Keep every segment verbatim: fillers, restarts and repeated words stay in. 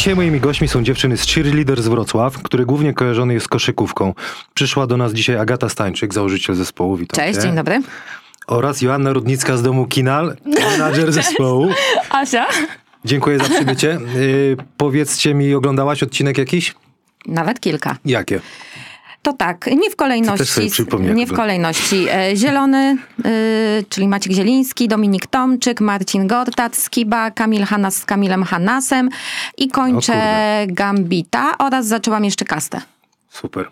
Dzisiaj moimi gośćmi są dziewczyny z Cheerleader z Wrocław, który głównie kojarzony jest z koszykówką. Przyszła do nas dzisiaj Agata Stańczyk, założyciel zespołu. Witam Cześć, cię. dzień dobry. Oraz Joanna Rudnicka z domu Kinal, menadżer zespołu. Asia. Dziękuję za przybycie. Yy, powiedzcie mi, oglądałaś odcinek jakiś? Nawet kilka. Jakie? To tak, nie w kolejności. Nie w kolejności. Zielony, yy, czyli Maciek Zieliński, Dominik Tomczyk, Marcin Gortat, Skiba, Kamil Hanas z Kamilem Hanasem i kończę Gambita oraz zaczęłam jeszcze Kastę. Super.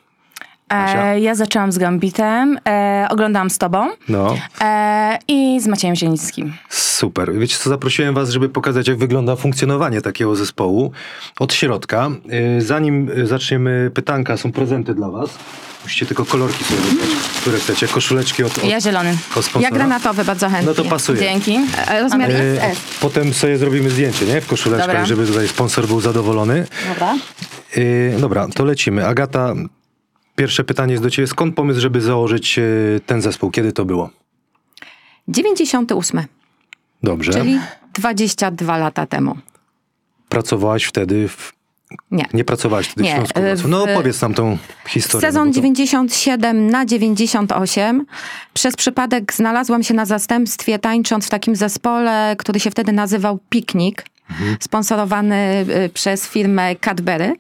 E, ja zaczęłam z Gambitem, e, oglądałam z tobą no. e, i z Maciejem Zielińskim. Super. Wiecie co, zaprosiłem was, żeby pokazać, jak wygląda funkcjonowanie takiego zespołu od środka. Zanim zaczniemy pytanka, są prezenty dla was. Musicie tylko kolorki sobie wybrać, które chcecie. Koszuleczki od, od Ja zielony. Od sponsora. Ja granatowy, bardzo chętnie. No to pasuje. Dzięki. E, rozmiar E, S S. Potem sobie zrobimy zdjęcie, nie? W koszuleczkach, Dobra. żeby tutaj sponsor był zadowolony. Dobra. E, dobra, to lecimy. Agata, pierwsze pytanie jest do ciebie. Skąd pomysł, żeby założyć e, ten zespół? Kiedy to było? dziewięćdziesiąty ósmy. Dobrze. Czyli dwadzieścia dwa lata temu. Pracowałaś wtedy w... Nie. Nie pracowałaś wtedy Nie, w Śląsku Wrocław. No w- opowiedz nam tą historię. Sezon no bo to- dziewięćdziesiąt siedem na dziewięćdziesiąt osiem. Przez przypadek znalazłam się na zastępstwie tańcząc w takim zespole, który się wtedy nazywał Piknik, Mhm. sponsorowany y, przez firmę Cadbury.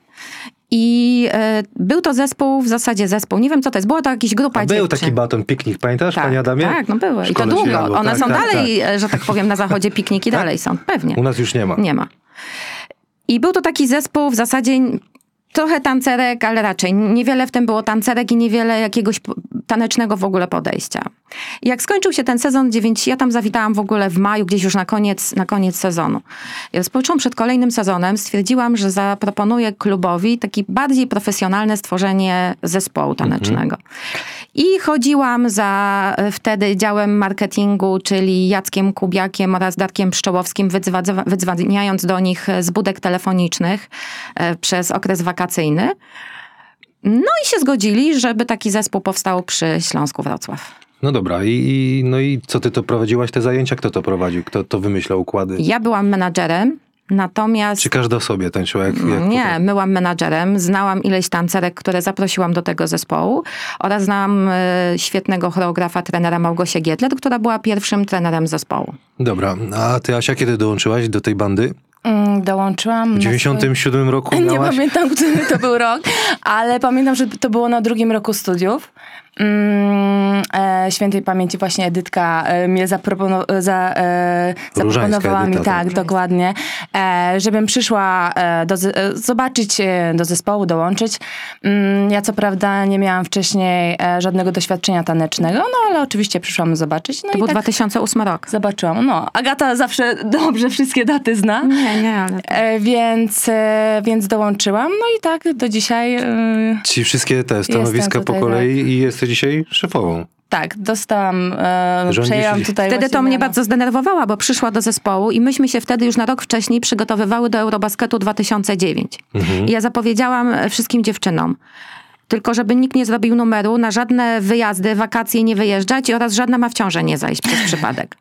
I y, był to zespół, w zasadzie zespół, nie wiem co to jest, była to jakaś grupa A dziewczyn. był taki baton piknik, pamiętasz, Tak, Panie Adamie? tak, no były. W I to szkole się długo. jadło. One Tak, są tak, dalej, że tak powiem, na zachodzie pikniki dalej są, pewnie. U nas już nie ma. Nie ma. I był to taki zespół w zasadzie trochę tancerek, ale raczej niewiele w tym było tancerek i niewiele jakiegoś po- tanecznego w ogóle podejścia. I jak skończył się ten sezon dziewięć, ja tam zawitałam w ogóle w maju, gdzieś już na koniec, na koniec sezonu. I rozpoczęłam przed kolejnym sezonem, stwierdziłam, że zaproponuję klubowi taki bardziej profesjonalne stworzenie zespołu tanecznego. I chodziłam za e, wtedy działem marketingu, czyli Jackiem Kubiakiem oraz Darkiem Pszczołowskim, wydzwadza- wydzwaniając do nich z budek telefonicznych e, przez okres wakacyjny. No i się zgodzili, żeby taki zespół powstał przy Śląsku Wrocław. No dobra, i, i, no i co ty to prowadziłaś, te zajęcia? Kto to prowadził? Kto to wymyślał układy? Ja byłam menadżerem, natomiast... Czy każda sobie tańczyła? Jak, jak Nie, byłam menadżerem, znałam ileś tancerek, które zaprosiłam do tego zespołu oraz znałam e, świetnego choreografa, trenera Małgosię Gietler, która była pierwszym trenerem zespołu. Dobra, a ty, Asia, kiedy dołączyłaś do tej bandy? Mm, dołączyłam. W na dziewięćdziesiątym siódmym roku swój- Nie miałaś? pamiętam, który to był rok, ale pamiętam, że to było na drugim roku studiów. Mm, e, świętej pamięci właśnie Edytka e, mnie zapropono- za, e, zaproponowała mi, Edyta, tak. tak, dokładnie, e, żebym przyszła e, do, z- e, zobaczyć e, do zespołu, dołączyć. Mm, ja co prawda nie miałam wcześniej e, żadnego doświadczenia tanecznego, no ale oczywiście przyszłam zobaczyć. No To i był tak dwa tysiące ósmy rok. zobaczyłam. No, Agata zawsze dobrze wszystkie daty zna. Nie, nie, ale... E, więc, e, więc dołączyłam, no i tak do dzisiaj, e, Ci wszystkie te stanowiska po tutaj, kolei i jesteś dzisiaj szefową. tak, dostałam, e, Rządzisz przejęłam i- tutaj Wtedy to właśnie mnie miano. bardzo zdenerwowała, bo przyszła do zespołu i myśmy się wtedy już na rok wcześniej przygotowywały do Eurobasketu dwa tysiące dziewięć. I ja zapowiedziałam wszystkim dziewczynom, tylko żeby nikt nie zrobił numeru, na żadne wyjazdy, wakacje nie wyjeżdżać oraz żadna ma w ciążę nie zajść przez przypadek.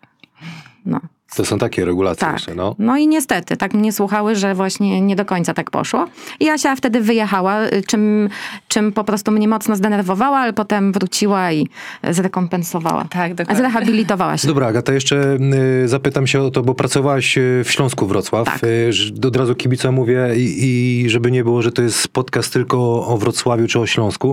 No. To są takie regulacje Tak. jeszcze, no. No i niestety, tak mnie słuchały, że właśnie nie do końca tak poszło. I Asia wtedy wyjechała, y, czym, czym po prostu mnie mocno zdenerwowała, ale potem wróciła i zrekompensowała. Tak, dokładnie. Zrehabilitowała się. Dobra, Agata, jeszcze y, zapytam się o to, bo pracowałaś y, w Śląsku Wrocław. Tak. Y, że od razu kibica mówię i, i żeby nie było, że to jest podcast tylko o Wrocławiu czy o Śląsku.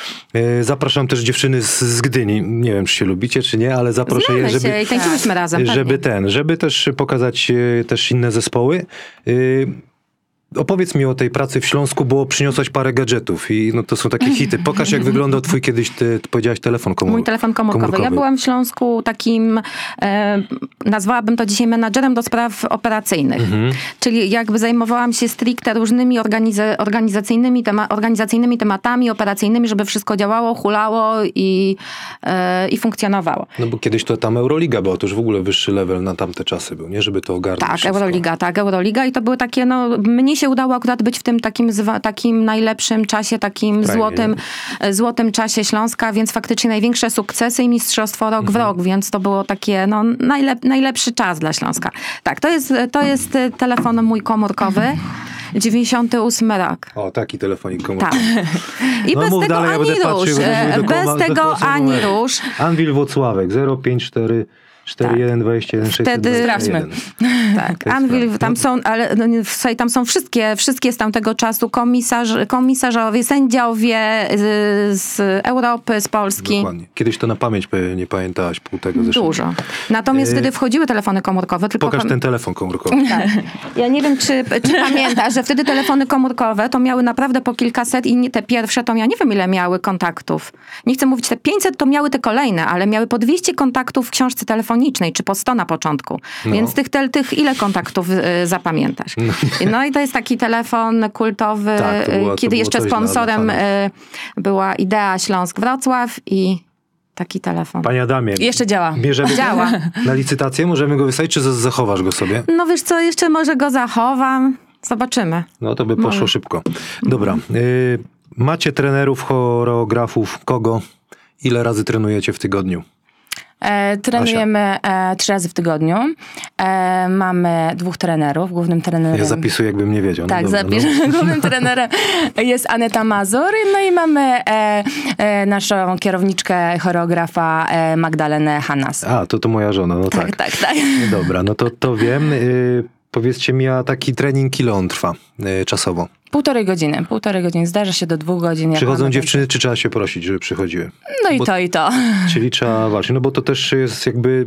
Y, zapraszam też dziewczyny z, z Gdyni. Nie wiem, czy się lubicie, czy nie, ale zaproszę Znamy je, się żeby... i tańczyłyśmy razem. Żeby pewnie. ten, żeby też pokazać e, też inne zespoły. Y, Opowiedz mi o tej pracy w Śląsku, bo przyniosłaś parę gadżetów i no to są takie hity. Pokaż, jak wyglądał twój kiedyś, ty, ty powiedziałaś, telefon komórkowy. Mój telefon komórkowy. Ja byłam w Śląsku takim, e, nazwałabym to dzisiaj menadżerem do spraw operacyjnych. Mhm. Czyli jakby zajmowałam się stricte różnymi organiza- organizacyjnymi, tema- organizacyjnymi tematami, operacyjnymi, żeby wszystko działało, hulało i, e, i funkcjonowało. No bo kiedyś to tam Euroliga była, to już w ogóle wyższy level na tamte czasy był, nie? Żeby to ogarnąć Tak, wszystko. Euroliga, tak, Euroliga i to były takie, no, mnie się udało akurat być w tym takim, zwa, takim najlepszym czasie, takim Prime, złotym, złotym czasie Śląska, więc faktycznie największe sukcesy i mistrzostwo rok Mhm. w rok, więc to było takie, no, najlep, najlepszy czas dla Śląska. Tak, to jest, to jest telefon mój komórkowy. dziewięćdziesiąty ósmy rok. O, taki telefonik komórkowy. Tak. I No bez mów tego dalej, ja ani będę rusz. patrzył, będę mówił do Bez koma- do tego końca ani numeru. rusz. Anwil Włocławek zero pięć cztery cztery jeden dwadzieścia jeden sześćset Wtedy- dwadzieścia jeden. Tak, To jest Anvil, prawda. tam są, ale no, nie, słuchaj, tam są wszystkie, wszystkie z tamtego czasu komisarz, komisarzowie, sędziowie z, z Europy, z Polski. Dokładnie. Kiedyś to na pamięć pe- nie pamiętałaś pół tego zresztą. Dużo. Natomiast E, wtedy wchodziły telefony komórkowe, tylko Pokaż pam- ten telefon komórkowy. Tak. Ja nie wiem, czy, czy pamiętasz, że wtedy telefony komórkowe to miały naprawdę po kilkaset i nie, te pierwsze to ja nie wiem, ile miały kontaktów. Nie chcę mówić, te pięćset to miały te kolejne, ale miały po dwieście kontaktów w książce telefonicznej, czy po sto na początku. No. Więc tych, te, tych ile kontaktów y, zapamiętasz? No i to jest taki telefon kultowy, Tak, to y, było- to kiedy było jeszcze coś dla- sponsorem dla y, była Idea Śląsk-Wrocław i taki telefon. Panie Adamie, Jeszcze działa. bierzemy Działa. na licytację? Możemy go wysadzić, czy z- zachowasz go sobie? No wiesz co, jeszcze może go zachowam. Zobaczymy. No to by poszło szybko. Dobra. Y, macie trenerów, choreografów, kogo? Ile razy trenujecie w tygodniu? E, trenujemy e, trzy razy w tygodniu. E, mamy dwóch trenerów. Głównym trenerem... Ja zapisuję, jakbym nie wiedział. No Tak, dobra, zapisz. no. Głównym trenerem jest Aneta Mazur. No i mamy e, e, naszą kierowniczkę, choreografa e, Magdalenę Hanas. A, to to moja żona, no tak. Tak, tak, tak. Dobra, no to, to wiem. Y, powiedzcie mi, a taki trening ile on trwa y, czasowo? Półtorej godziny. Półtorej godziny. Zdarza się do dwóch godzin. jak Przychodzą mamy dziewczyny, czy trzeba się prosić, żeby przychodziły? więcej. No i bo- to, i to. Czyli trzeba właśnie, no bo to też jest jakby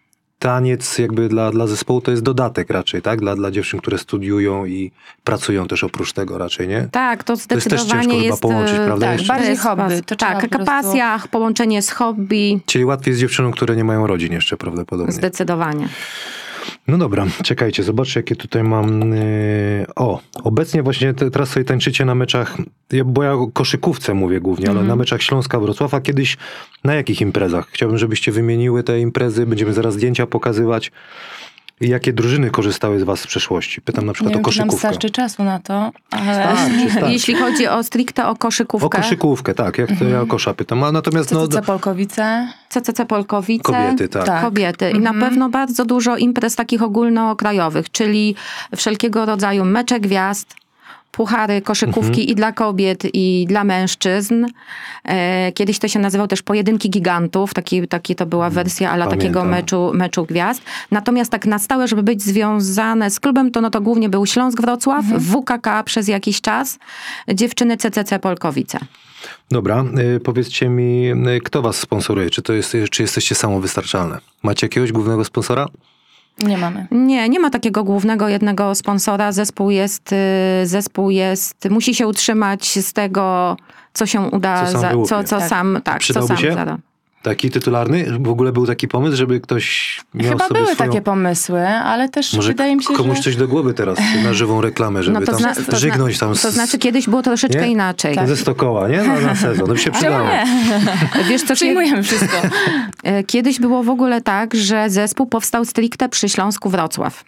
taniec jakby dla, dla zespołu to jest dodatek raczej, tak? Dla, dla dziewczyn, które studiują i pracują też oprócz tego raczej, nie? Tak, to jest też zdecydowanie ciężko chyba jest... połączyć, e, prawda, Tak, jeszcze? Bardziej jest hobby. pas- To trzeba tak, po prostu- pasja, połączenie z hobby, Czyli łatwiej z dziewczyną, które nie mają rodzin jeszcze prawdopodobnie. zdecydowanie. No dobra, czekajcie, zobaczcie jakie tutaj mam... Yy... O, obecnie właśnie te, teraz sobie tańczycie na meczach, ja- bo ja o koszykówce mówię głównie, ale na meczach Śląska Wrocław, a kiedyś na jakich imprezach? Chciałbym, żebyście wymieniły te imprezy, będziemy zaraz zdjęcia pokazywać. I jakie drużyny korzystały z was z przeszłości? Pytam na Nie przykład wiem, o czy nam koszykówkę. starczy czasu na to, ale... Starczy, starczy. Jeśli chodzi o stricte o koszykówkę, O koszykówkę, tak, jak to ja o kosza pytam. A natomiast no, C C C Polkowice. C C C Polkowice, kobiety, tak. Tak. kobiety. I na pewno bardzo dużo imprez takich ogólnokrajowych, czyli wszelkiego rodzaju mecze gwiazd, puchary, koszykówki Mhm. i dla kobiet, i dla mężczyzn. E, Kiedyś to się nazywał też pojedynki gigantów, taki, taki to była wersja ala Pamiętam. takiego meczu, meczu gwiazd. Natomiast tak na stałe, żeby być związane z klubem, to no to głównie był Śląsk Wrocław, W K K przez jakiś czas, dziewczyny C C C Polkowice. Dobra, y, powiedzcie mi, y, kto was sponsoruje? Czy to jest, czy jesteście samowystarczalne? Macie jakiegoś głównego sponsora? Nie mamy. Nie, nie ma takiego głównego jednego sponsora. Zespół jest, y, zespół jest, musi się utrzymać z tego, co się uda, Co sam za, wyłupie. co, co Tak. sam, tak, co Przydałby sam się? zada. Taki tytularny? W ogóle był taki pomysł, żeby ktoś miał Chyba sobie były swoją... takie pomysły, ale też Może wydaje mi się, komuś że... coś do głowy teraz, na żywą reklamę, żeby No to, tam zna, to, zna, żygnąć tam z, to znaczy kiedyś było troszeczkę Nie? inaczej. Tak. ze stokoła, nie? Na, na sezon. To by się przydało. Nie, Wiesz co, przyjmujemy wszystko. e, kiedyś było w ogóle tak, że zespół powstał stricte przy Śląsku Wrocław.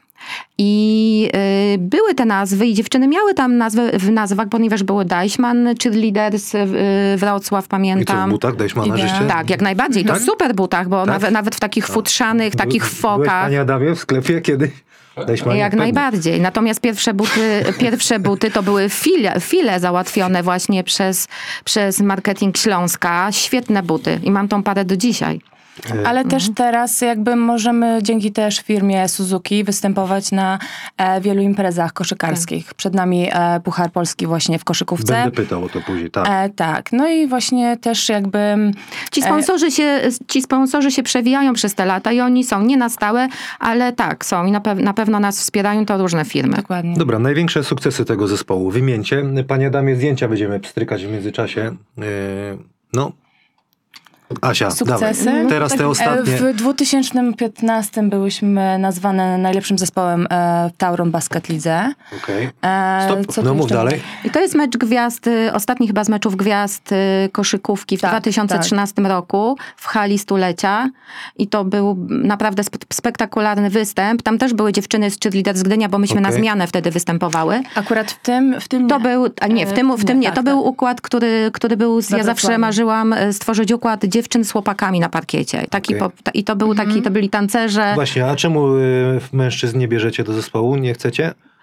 I y, były te nazwy i dziewczyny miały tam nazwy w nazwach, ponieważ były Deichmann, Cheerleaders, y, Wrocław, I co, w pamiętam. butach Deichmana Idea. żeście? Tak, jak najbardziej. To Tak? w super butach, bo Tak? nawet, nawet w takich futrzanych, takich Byłeś, fokach. Panie Adamie, w sklepie kiedy? Deichmanie? Jak Pewnie. najbardziej. Natomiast pierwsze buty, pierwsze buty to były file, file załatwione właśnie przez, przez marketing Śląska. Świetne buty. I mam tą parę do dzisiaj. Ale też teraz jakby możemy dzięki też firmie Suzuki występować na e, wielu imprezach koszykarskich. Przed nami e, Puchar Polski właśnie w koszykówce. Będę pytał o to później, tak. E, tak, no i właśnie też jakby... Ci sponsorzy, się, ci sponsorzy się przewijają przez te lata i oni są nie na stałe, ale tak, są i na, pew- na pewno nas wspierają to różne firmy. Dokładnie. Dobra, największe sukcesy tego zespołu. Wymieńcie. Panie Adamie, zdjęcia będziemy pstrykać w międzyczasie. Yy, no. Asia, Sukcesy? dawaj. No Teraz te E, ostatnie. W dwa tysiące piętnastym byłyśmy nazwane najlepszym zespołem e, w Tauron Basket Lidze. Okej. E, Stop, co no tu mów jeszcze? dalej. I to jest mecz gwiazd, y, ostatni chyba z meczów gwiazd y, koszykówki w Tak, dwa tysiące trzynastym roku w hali stulecia. I to był naprawdę sp- spektakularny występ. Tam też były dziewczyny z Cheerleaders z Gdynia, bo myśmy na Okej. zmianę wtedy występowały. Akurat w tym, w tym To nie. był, a nie, w tym, w tym nie, tak, to tak. był układ, który, który był, ja zawsze Wrocławiu. marzyłam e, stworzyć układ dziewczyn z chłopakami na parkiecie. Taki Okej. po, ta, I to był taki, to byli tancerze. Właśnie, a czemu y, mężczyzn nie bierzecie do zespołu? Nie chcecie?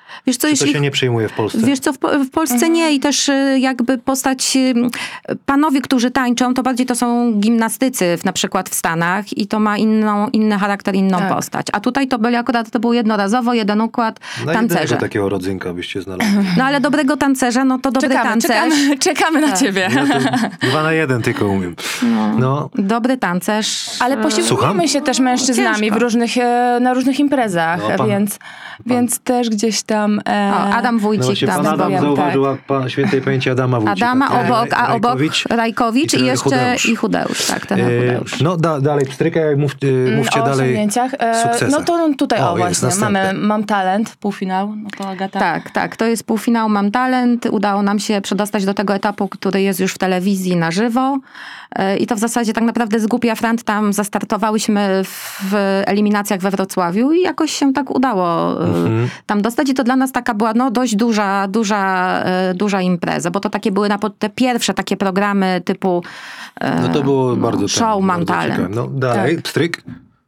Wiesz co, Czy to jeśli... się nie przyjmuje w Polsce? Wiesz co, w, Po- w Polsce Mhm. nie i też y, jakby postać, y, panowie, którzy tańczą, to bardziej to są gimnastycy w, na przykład w Stanach i to ma inną, inny charakter, inną Tak. postać. A tutaj to byli akurat, to był jednorazowo, jeden układ, Na tancerze. jednego takiego rodzynka byście znaleźli. No ale dobrego tancerza, no to dobry Czekamy, tancerz. czekamy, czekamy na ciebie. Ja to dwa na jeden tylko umiem. No, Dobry tancerz. Ale y, Słucham? posiłkujemy się też mężczyznami Ciężko. w różnych, e, na różnych imprezach, No, pan- więc, więc też gdzieś tam... E, O, Adam no Wójcik właśnie, tam. pan Adam powiem, zauważył tak. pan świętej pamięci Adama Wójcika. Adama tak? obok, a obok Rajkowicz. Rajkowicz i, trener jeszcze Hudeusz. i Hudeusz, tak, ten E, Hudeusz. No da, dalej, pstryka, mów, e, mówcie o dalej osiągnięciach. E, sukcesach. no to tutaj, O, o, jest właśnie, następne. mamy Mam Talent, półfinał, no to Agata. Tak, tak. To jest półfinał Mam Talent. Udało nam się przedostać do tego etapu, który jest już w telewizji na żywo. Yy, I to w zasadzie tak naprawdę z Głupia Frant tam zastartowałyśmy w eliminacjach we Wrocławiu i jakoś się tak udało yy, tam dostać. I to dla nas taka była no, dość duża, duża, yy, duża impreza, bo to takie były na, po- te pierwsze takie programy typu yy, No to było bardzo show ten, Mam bardzo Talent. ciekawe. No dalej, Tak. pstryk.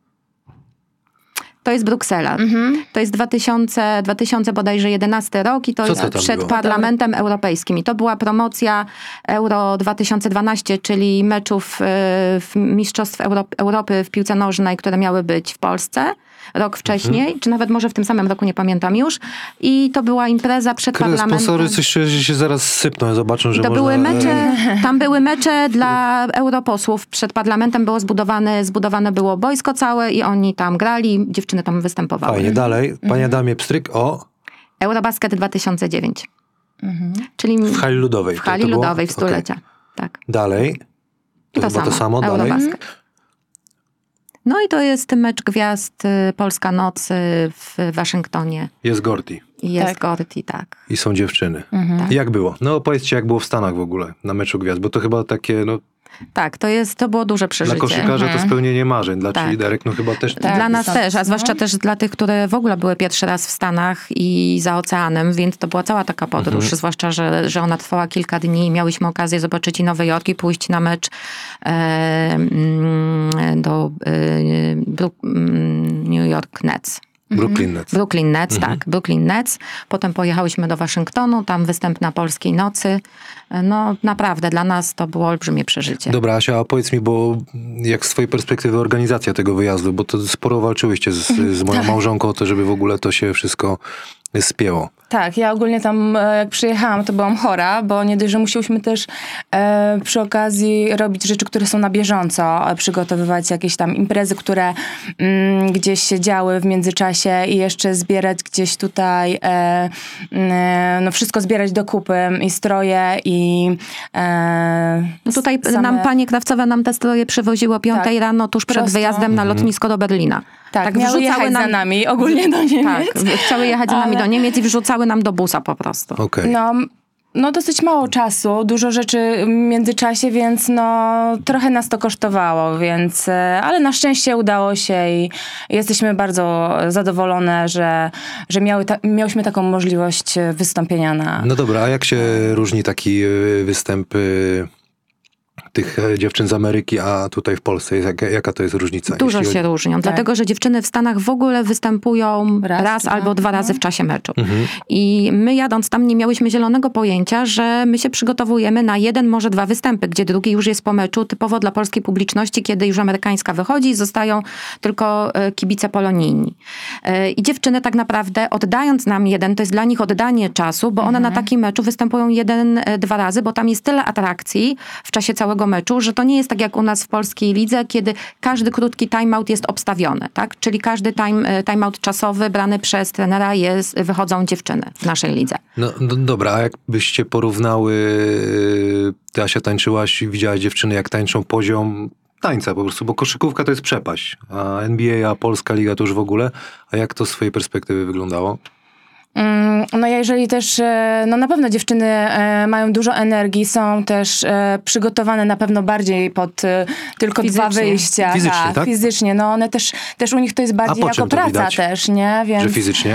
To jest Bruksela. To jest dwa tysiące, dwa tysiące bodajże jedenasty rok i to Co jest to tam przed było? Parlamentem Europejskim. I to była promocja Euro dwa tysiące dwanaście, czyli meczów y, w Mistrzostw Euro- Europy w piłce nożnej, które miały być w Polsce rok wcześniej, Mhm. czy nawet może w tym samym roku, nie pamiętam już. I to była impreza przed Kurde, Parlamentem. sponsory coś czuję, że się zaraz sypną, zobaczą, że To można... były e, mecze, tam były mecze dla europosłów. Przed parlamentem było zbudowane, zbudowane było boisko całe i oni tam grali, dziewczyny tam występowały. Fajnie, dalej. Panie Adamie, pstryk, o, Eurobasket dwa tysiące dziewięć. Czyli w hali ludowej. w To- hali to było? ludowej w Okej. stulecia. Tak. Dalej. To, I to chyba samo. to samo, dalej. Eurobasket. No i to jest mecz gwiazd y, Polska Noc y, w Waszyngtonie. Jest Gordy I jest Tak. Gorty, tak. i są dziewczyny. Tak. Jak było? No opowiedzcie, jak było w Stanach w ogóle, na meczu gwiazd, bo to chyba takie, no, Tak, to jest, to było duże przeżycie. dla koszykarza to spełnienie marzeń, dla Tak. cheerleaderek no chyba też... Tak. Dla nas są- też, a no. zwłaszcza też dla tych, które w ogóle były pierwszy raz w Stanach i za oceanem, więc to była cała taka podróż, Mhm. zwłaszcza, że, że ona trwała kilka dni i miałyśmy okazję zobaczyć i Nowy Jork i pójść na mecz e, mm, do e, Bru- mm, New York Nets. Brooklyn Nets. Brooklyn Nets, Mhm. tak, Brooklyn Nets. Potem pojechałyśmy do Waszyngtonu, tam występ na Polskiej Nocy. No naprawdę, dla nas to było olbrzymie przeżycie. Dobra, Asia, a powiedz mi, bo jak z twojej perspektywy organizacja tego wyjazdu, bo to sporo walczyłyście z, z moją małżonką o to, żeby w ogóle to się wszystko spięło. Tak, ja ogólnie tam e, jak przyjechałam, to byłam chora, bo nie dość, że musiałyśmy też e, przy okazji robić rzeczy, które są na bieżąco, e, przygotowywać jakieś tam imprezy, które mm, gdzieś się działy w międzyczasie i jeszcze zbierać gdzieś tutaj, e, e, no wszystko zbierać do kupy i stroje i e, No tutaj same- nam panie krawcowe nam te stroje przywoziły o piątej Tak, rano, tuż przed prosto. wyjazdem na lotnisko do Berlina. Tak, miały jechać za nami ogólnie do Niemiec. Tak, chciały jechać za nami Ale- do Niemiec i wrzucały nam do busa po prostu. Okej. No, no dosyć mało czasu, dużo rzeczy w międzyczasie, więc no trochę nas to kosztowało, więc, e, ale na szczęście udało się i jesteśmy bardzo zadowolone, że, że miały ta, miałyśmy taką możliwość wystąpienia na... No dobra, a jak się różni taki y, występ y, tych e, dziewczyn z Ameryki, a tutaj w Polsce? Jest, jaka, jaka to jest różnica? Dużo jeśli się chodzi- różnią, dlatego że dziewczyny w Stanach w ogóle występują raz, Raz, albo dwa, dwa no. razy w czasie meczu. Mhm. I my jadąc tam nie miałyśmy zielonego pojęcia, że my się przygotowujemy na jeden, może dwa występy, gdzie drugi już jest po meczu, typowo dla polskiej publiczności, kiedy już amerykańska wychodzi i zostają tylko e, kibice polonijni. E, I dziewczyny tak naprawdę oddając nam jeden, to jest dla nich oddanie czasu, bo one na takim meczu występują jeden, e, dwa razy, bo tam jest tyle atrakcji w czasie całego meczu, że to nie jest tak jak u nas w polskiej lidze, kiedy każdy krótki timeout jest obstawiony, tak? Czyli każdy time, timeout czasowy brany przez trenera jest, wychodzą dziewczyny w naszej lidze. No, no dobra, a jakbyście porównały, ty Asia tańczyłaś i widziałaś dziewczyny, jak tańczą poziom tańca po prostu, bo koszykówka to jest przepaść, a N B A, a Polska Liga to już w ogóle, a jak to z twojej perspektywy wyglądało? Mm, No jeżeli też, e, no na pewno dziewczyny e, mają dużo energii, są też e, przygotowane na pewno bardziej pod e, tylko dwa Fizycznie. wyjścia. Fizycznie, tak? Fizycznie, no one też, też u nich to jest bardziej po jako czym to praca widać? też, nie? Więc... Że fizycznie?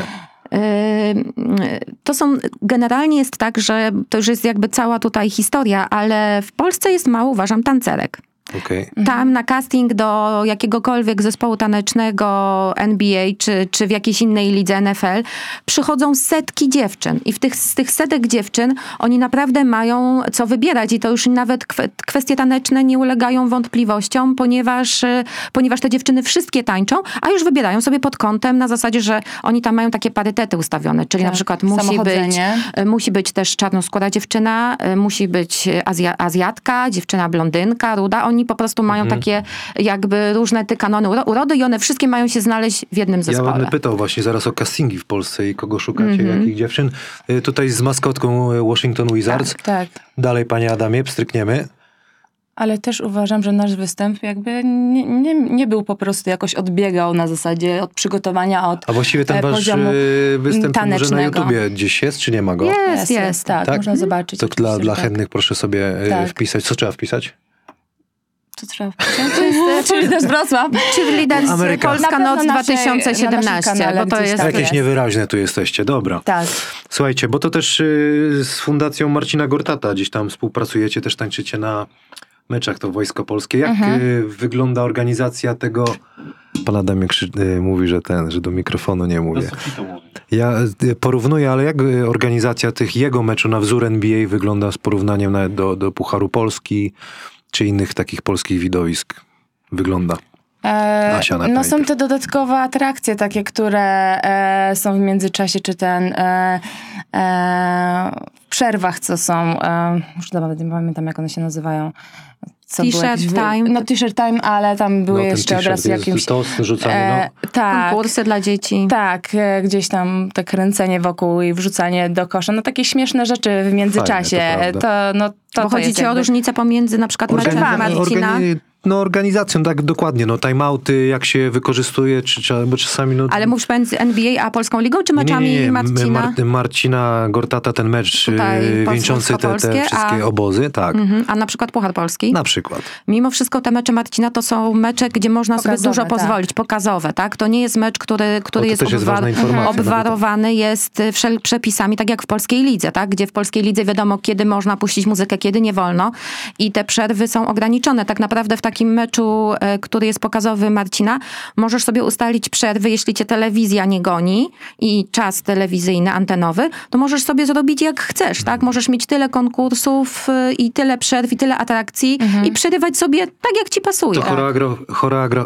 To są, generalnie jest tak, że to już jest jakby cała tutaj historia, ale w Polsce jest mało, uważam, tancerek. Okej. Tam na casting do jakiegokolwiek zespołu tanecznego N B A czy, czy w jakiejś innej lidze N F L przychodzą setki dziewczyn i w tych, z tych setek dziewczyn oni naprawdę mają co wybierać i to już nawet kwe, kwestie taneczne nie ulegają wątpliwościom, ponieważ, y, ponieważ te dziewczyny wszystkie tańczą, a już wybierają sobie pod kątem na zasadzie, że oni tam mają takie parytety ustawione, czyli Tak, na przykład musi być, samochodzenie. y, musi być też czarnoskóra dziewczyna, y, musi być Azja, Azjatka, dziewczyna blondynka, ruda. Oni po prostu mają Mhm. takie jakby różne te kanony uro- urody i one wszystkie mają się znaleźć w jednym Ja zespole. będę pytał właśnie zaraz o castingi w Polsce i kogo szukacie, Mhm. jakich dziewczyn. Y, Tutaj z maskotką Washington Wizards. Tak. Dalej, panie Adamie, pstrykniemy. Ale też uważam, że nasz występ jakby nie, nie, nie był po prostu jakoś odbiegał na zasadzie od przygotowania, od A właściwie ten e, wasz poziomu y, występ może na tanecznego. YouTubie gdzieś jest, czy nie ma go? Jest, jest. Tak, Tak? można zobaczyć. To dla, oczywiście, dla że chętnych proszę sobie y, Tak. wpisać. Co trzeba wpisać? Co trzeba wpisać? Czyli też Wrocław. Cheerleaders Ameryka. Polska Na pewno Noc na naszej- dwa tysiące siedemnaście, na naszym kanale bo to gdzieś jest... tam Jakieś jest. niewyraźne tu jesteście, dobra. Tak. Słuchajcie, bo to też y, z Fundacją Marcina Gortata gdzieś tam współpracujecie, też tańczycie na meczach to Wojsko Polskie. Jak y, wygląda organizacja tego... Pan Adam krzy... y, mówi, że ten, że do mikrofonu nie mówię. Ja y, porównuję, ale jak y, organizacja tych jego meczu na wzór N B A wygląda z porównaniem nawet do, do Pucharu Polski, czy innych takich polskich widowisk wygląda? E, Asia na no są najpierw. te dodatkowe atrakcje takie, które e, są w międzyczasie, czy ten e, e, w przerwach, co są, e, już nawet nie pamiętam, jak one się nazywają. Co było T-shirt jakieś wy- time. No t-shirt time, ale tam były No, ten jeszcze od t-shirt razu jest jakimś... to rzucanie, no. tak, Konkursy dla dzieci. tak, e, gdzieś tam te kręcenie wokół i wrzucanie do kosza, no takie śmieszne rzeczy w międzyczasie. Fajne, to to, no, to, Bo to chodzi jest ci o jakby... różnicę pomiędzy na przykład meczem Organi- Marcina, organi- no organizacją, tak dokładnie, no timeouty, jak się wykorzystuje, czy, czy bo czasami no... ale mówisz pomiędzy N B A a Polską Ligą, czy nie, meczami nie, nie, nie. Marcina? Mar- Marcina Gortata, ten mecz Tutaj y, Polsko- wieńczący te, te Polskie, wszystkie a- obozy, tak, Mhm. A na przykład Puchar Polski? na przykład. Mimo wszystko te mecze Marcina to są mecze, gdzie można Pokazowe, sobie dużo tak. pozwolić, pokazowe, tak? To nie jest mecz, który, który O, to jest, też jest obwar- ważna informacja, obwarowany jest y, wszel- przepisami, tak jak w Polskiej Lidze, tak? Gdzie w Polskiej Lidze wiadomo, kiedy można puścić muzykę, kiedy nie wolno i te przerwy są ograniczone. Tak naprawdę w takim meczu, y, który jest pokazowy Marcina, możesz sobie ustalić przerwy, jeśli cię telewizja nie goni i czas telewizyjny, antenowy, to możesz sobie zrobić jak chcesz, tak? Możesz mieć tyle konkursów y, i tyle przerw i tyle atrakcji i przerywać sobie tak, jak ci pasuje. To choreogro- choreogro-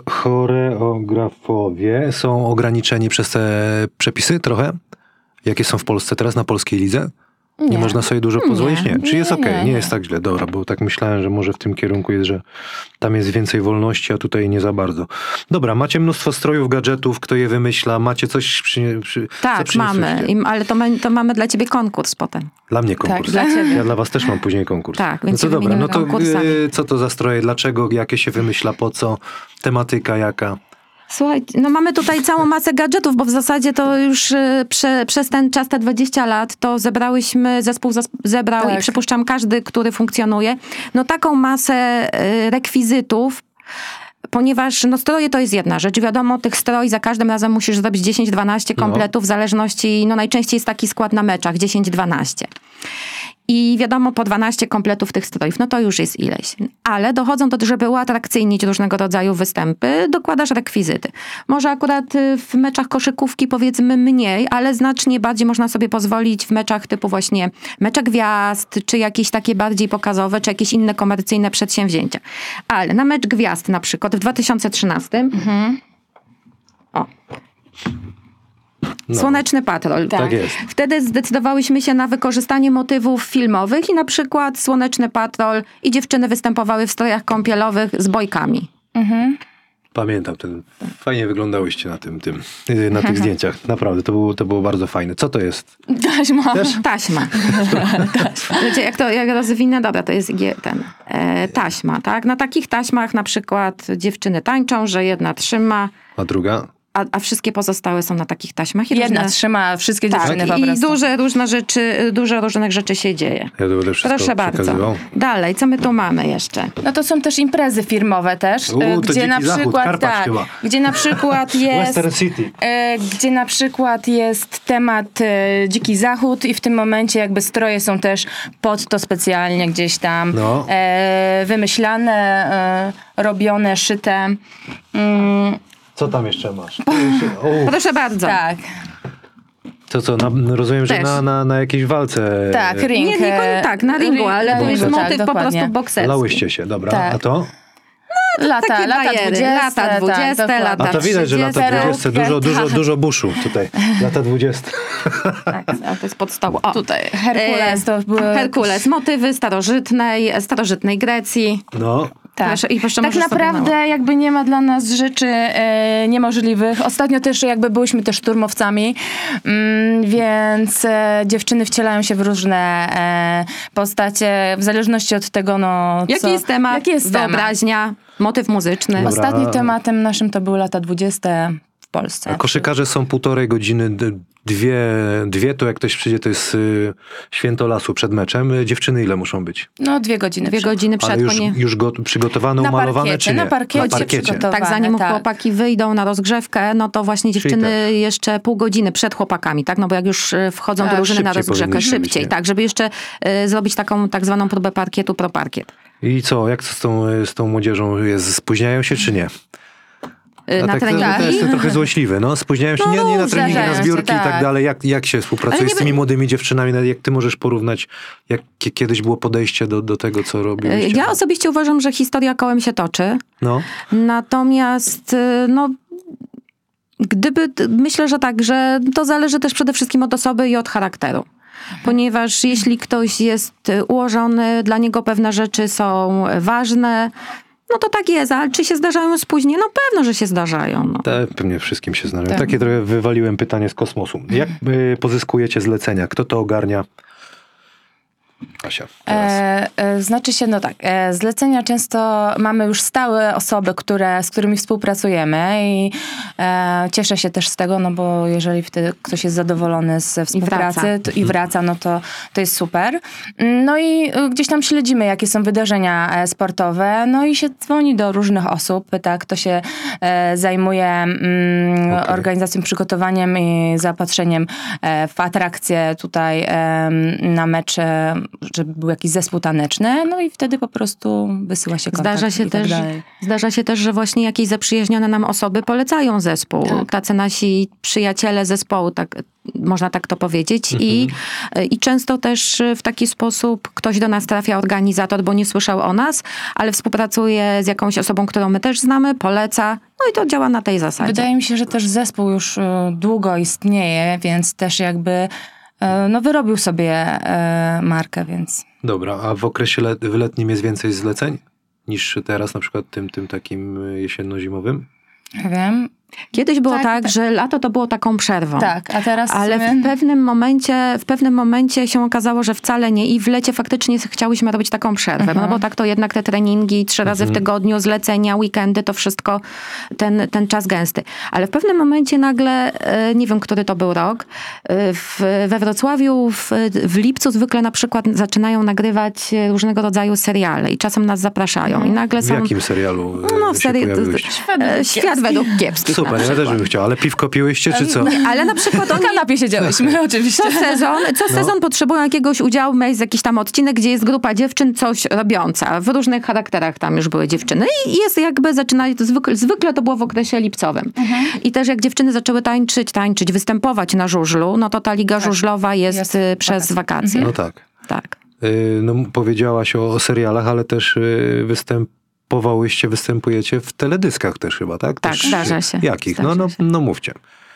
choreografowie są ograniczeni przez te przepisy trochę? Jakie są w Polsce teraz na polskiej lidze? Nie, Nie. można sobie dużo pozwolić? Nie. Czy jest Nie, okej? nie, Nie, nie. jest tak źle. Dobra, bo tak myślałem, że może w tym kierunku jest, że tam jest więcej wolności, a tutaj nie za bardzo. Dobra, macie mnóstwo strojów, gadżetów, kto je wymyśla, macie coś przy, przy, co Tak, przyniosłyście? mamy, I- ale to, ma, to mamy dla ciebie konkurs potem. Dla mnie konkurs. dla ciebie. Ja dla was też mam później konkurs. Tak, no więc to się dobra, no wymienimy to konkursami. y, co to za stroje, dlaczego, jakie się wymyśla, po co, tematyka jaka? Słuchaj, no mamy tutaj całą masę gadżetów, bo w zasadzie to już y, prze, przez ten czas, te dwadzieścia lat, to zebrałyśmy, zespół zas- zebrał Tak. i przypuszczam każdy, który funkcjonuje, no taką masę y, rekwizytów, ponieważ no, stroje to jest jedna rzecz. Wiadomo, tych stroi za każdym razem musisz zrobić dziesięć dwanaście kompletów, w zależności, no najczęściej jest taki skład na meczach, dziesięć dwanaście. I wiadomo, po dwanaście kompletów tych strojów, no to już jest ileś. Ale dochodzą do, żeby uatrakcyjnić różnego rodzaju występy, dokładasz rekwizyty. Może akurat y, w meczach koszykówki powiedzmy mniej, ale znacznie bardziej można sobie pozwolić w meczach typu właśnie mecze gwiazd, czy jakieś takie bardziej pokazowe, czy jakieś inne komercyjne przedsięwzięcia. Ale na mecz gwiazd na przykład w dwa tysiące trzynastym o, No. Słoneczny Patrol. Tak jest. Wtedy zdecydowałyśmy się na wykorzystanie motywów filmowych i na przykład Słoneczny Patrol i dziewczyny występowały w strojach kąpielowych z bojkami. Pamiętam, ten, fajnie wyglądałyście na tym, tym y, na tych zdjęciach. Naprawdę, to było, to było bardzo fajne. Co to jest? Taśma. Taśma. Wiecie, jak to jak rozwinę, dobra, to jest gie- ten, e, taśma, tak? Na takich taśmach na przykład dziewczyny tańczą, że jedna trzyma, A druga? a, a wszystkie pozostałe są na takich taśmach. I Jedna różne, trzyma wszystkie dziewczyny tak, po i prostu. duże różne rzeczy, dużo różnych rzeczy się dzieje. Ja to będę wszystko Proszę bardzo. przekazywał. Dalej, co my tu mamy jeszcze? No to są też imprezy firmowe też, U, e, to gdzie dziki na zachód, przykład Karpacz tak, chyba. gdzie na przykład jest Western City. e, gdzie na przykład jest temat e, Dziki Zachód i w tym momencie jakby stroje są też pod to specjalnie gdzieś tam No. e, wymyślane, e, robione, szyte. Mm, Co tam jeszcze masz? O, Proszę bardzo. tak, to co, na, rozumiem, że Też. na, na, na jakiejś walce tak, ring. Nie, nie, e, tak, na ringu, ring- ale na to jest ringu, motyw tak, po dokładnie. prostu bokserski. lałyście się, dobra. Tak. A to? Lata, Takie lata bajery, dwudzieste. lata dwudzieste, tak, lata A to widać, że lata trzydzieste. dwudzieste. Dużo, dużo, dużo buszu tutaj. Lata dwudzieste. Tak, a to jest pod stołu. O, Tutaj Herkules to były... Herkules, motywy starożytnej, starożytnej Grecji. No. Tak, Proszę, i proszę, tak możesz sobie naprawdę mało. jakby nie ma dla nas rzeczy e, niemożliwych. Ostatnio też jakby byłyśmy też szturmowcami, mm, więc e, dziewczyny wcielają się w różne e, postacie, w zależności od tego, no Jaki co, jest temat? Jaki jest temat. Wyobraźnia, motyw muzyczny. Dobra. Ostatnim tematem naszym to były lata dwudzieste w Polsce. A koszykarze są półtorej godziny, d- dwie, dwie to jak ktoś przyjdzie, to jest y, święto lasu przed meczem. Y, Dziewczyny ile muszą być? No dwie godziny Dwie przed. godziny przed, Ale już, ponie... już go, przygotowane, Na umalowane parkiecie, czy nie? na parkiecie przygotowane. Tak, zanim tak. chłopaki wyjdą na rozgrzewkę, no to właśnie dziewczyny tak. jeszcze pół godziny przed chłopakami, tak? No bo jak już y, wchodzą Tak, do drużyny na szybciej rozgrzewkę, powinniśmy być, szybciej, nie? tak, żeby jeszcze y, zrobić taką tak zwaną próbę parkietu pro parkiet. I co, jak z tą, z tą młodzieżą jest? Spóźniają się czy nie? Y, A na tak, to, treningi. to jestem trochę złośliwy, no. Spóźniają się No, nie, nie na no, treningi, na zdarzają się, zbiórki i tak tak. dalej. Jak, jak się współpracuje Ale z nie tymi be- młodymi dziewczynami? Jak ty możesz porównać, jak kie- kiedyś było podejście do, do tego, co Y, robiliście? Ja osobiście uważam, że historia kołem się toczy. No. Natomiast, y, no, gdyby, myślę, że tak, że to zależy też przede wszystkim od osoby i od charakteru. Ponieważ jeśli ktoś jest y, ułożony, dla niego pewne rzeczy są ważne, no to tak jest. Ale czy się zdarzają spóźnienia? No pewno, że się zdarzają. No. Tak, pewnie wszystkim się zdarza. Tak. Takie trochę wywaliłem pytanie z kosmosu. Jak y, pozyskujecie zlecenia? Kto to ogarnia? Asia, teraz. E, e, znaczy się, no tak, e, zlecenia często mamy już stałe osoby, które, z którymi współpracujemy i e, cieszę się też z tego, no bo jeżeli wtedy ktoś jest zadowolony z współpracy wraca. to, i wraca, no to, to jest super. No i e, gdzieś tam śledzimy, jakie są wydarzenia e, sportowe, no i się dzwoni do różnych osób, pyta, kto się e, zajmuje mm, Okej. organizacją, przygotowaniem i zaopatrzeniem e, w atrakcje tutaj e, na mecze, żeby był jakiś zespół taneczny, no i wtedy po prostu wysyła się kontakt Zdarza się, i tak też, dalej. zdarza się też, że właśnie jakieś zaprzyjaźnione nam osoby polecają zespół. Tak. Tacy nasi przyjaciele zespołu, tak, można tak to powiedzieć. I, I często też w taki sposób ktoś do nas trafia, organizator, bo nie słyszał o nas, ale współpracuje z jakąś osobą, którą my też znamy, poleca. No i to działa na tej zasadzie. Wydaje mi się, że też zespół już y, długo istnieje, więc też jakby y, no wyrobił sobie y, markę, więc... Dobra, a w okresie let, letnim jest więcej zleceń niż teraz, na przykład tym, tym takim y, jesienno-zimowym? Ja wiem. Kiedyś było Tak, tak, tak. że lato to było taką przerwą. Tak, a teraz... Ale sumie- w pewnym momencie, w pewnym momencie się okazało, że wcale nie i w lecie faktycznie chciałyśmy robić taką przerwę, no bo tak to jednak te treningi trzy razy w tygodniu, zlecenia, weekendy, to wszystko ten, ten czas gęsty. Ale w pewnym momencie nagle, e, nie wiem, który to był rok, e, w, we Wrocławiu w, w lipcu zwykle na przykład zaczynają nagrywać różnego rodzaju seriale i czasem nas zapraszają i nagle W są... jakim serialu y, No, w się serii, pojawiłyście? e, Świat według kiepskich. Super, ja też bym chciał, ale piwko piłyście, czy co? Ale na przykład Na oni... kanapie siedziałyśmy, oczywiście. Co sezon, co No. sezon potrzebują jakiegoś udziału, jest jakiś tam odcinek, gdzie jest grupa dziewczyn coś robiąca. W różnych charakterach tam już były dziewczyny. I jest jakby zaczyna, zwykle, zwykle to było w okresie lipcowym. I też jak dziewczyny zaczęły tańczyć, tańczyć, występować na żużlu, no to ta liga żużlowa jest, Jest y, przez wakacje. No tak. Tak. Y, no, powiedziałaś o, o serialach, ale też y, występowałyście, występujecie w teledyskach też chyba, tak? Tak, też, zdarza się. Jakich? Zdarza no, no, się. no mówcie.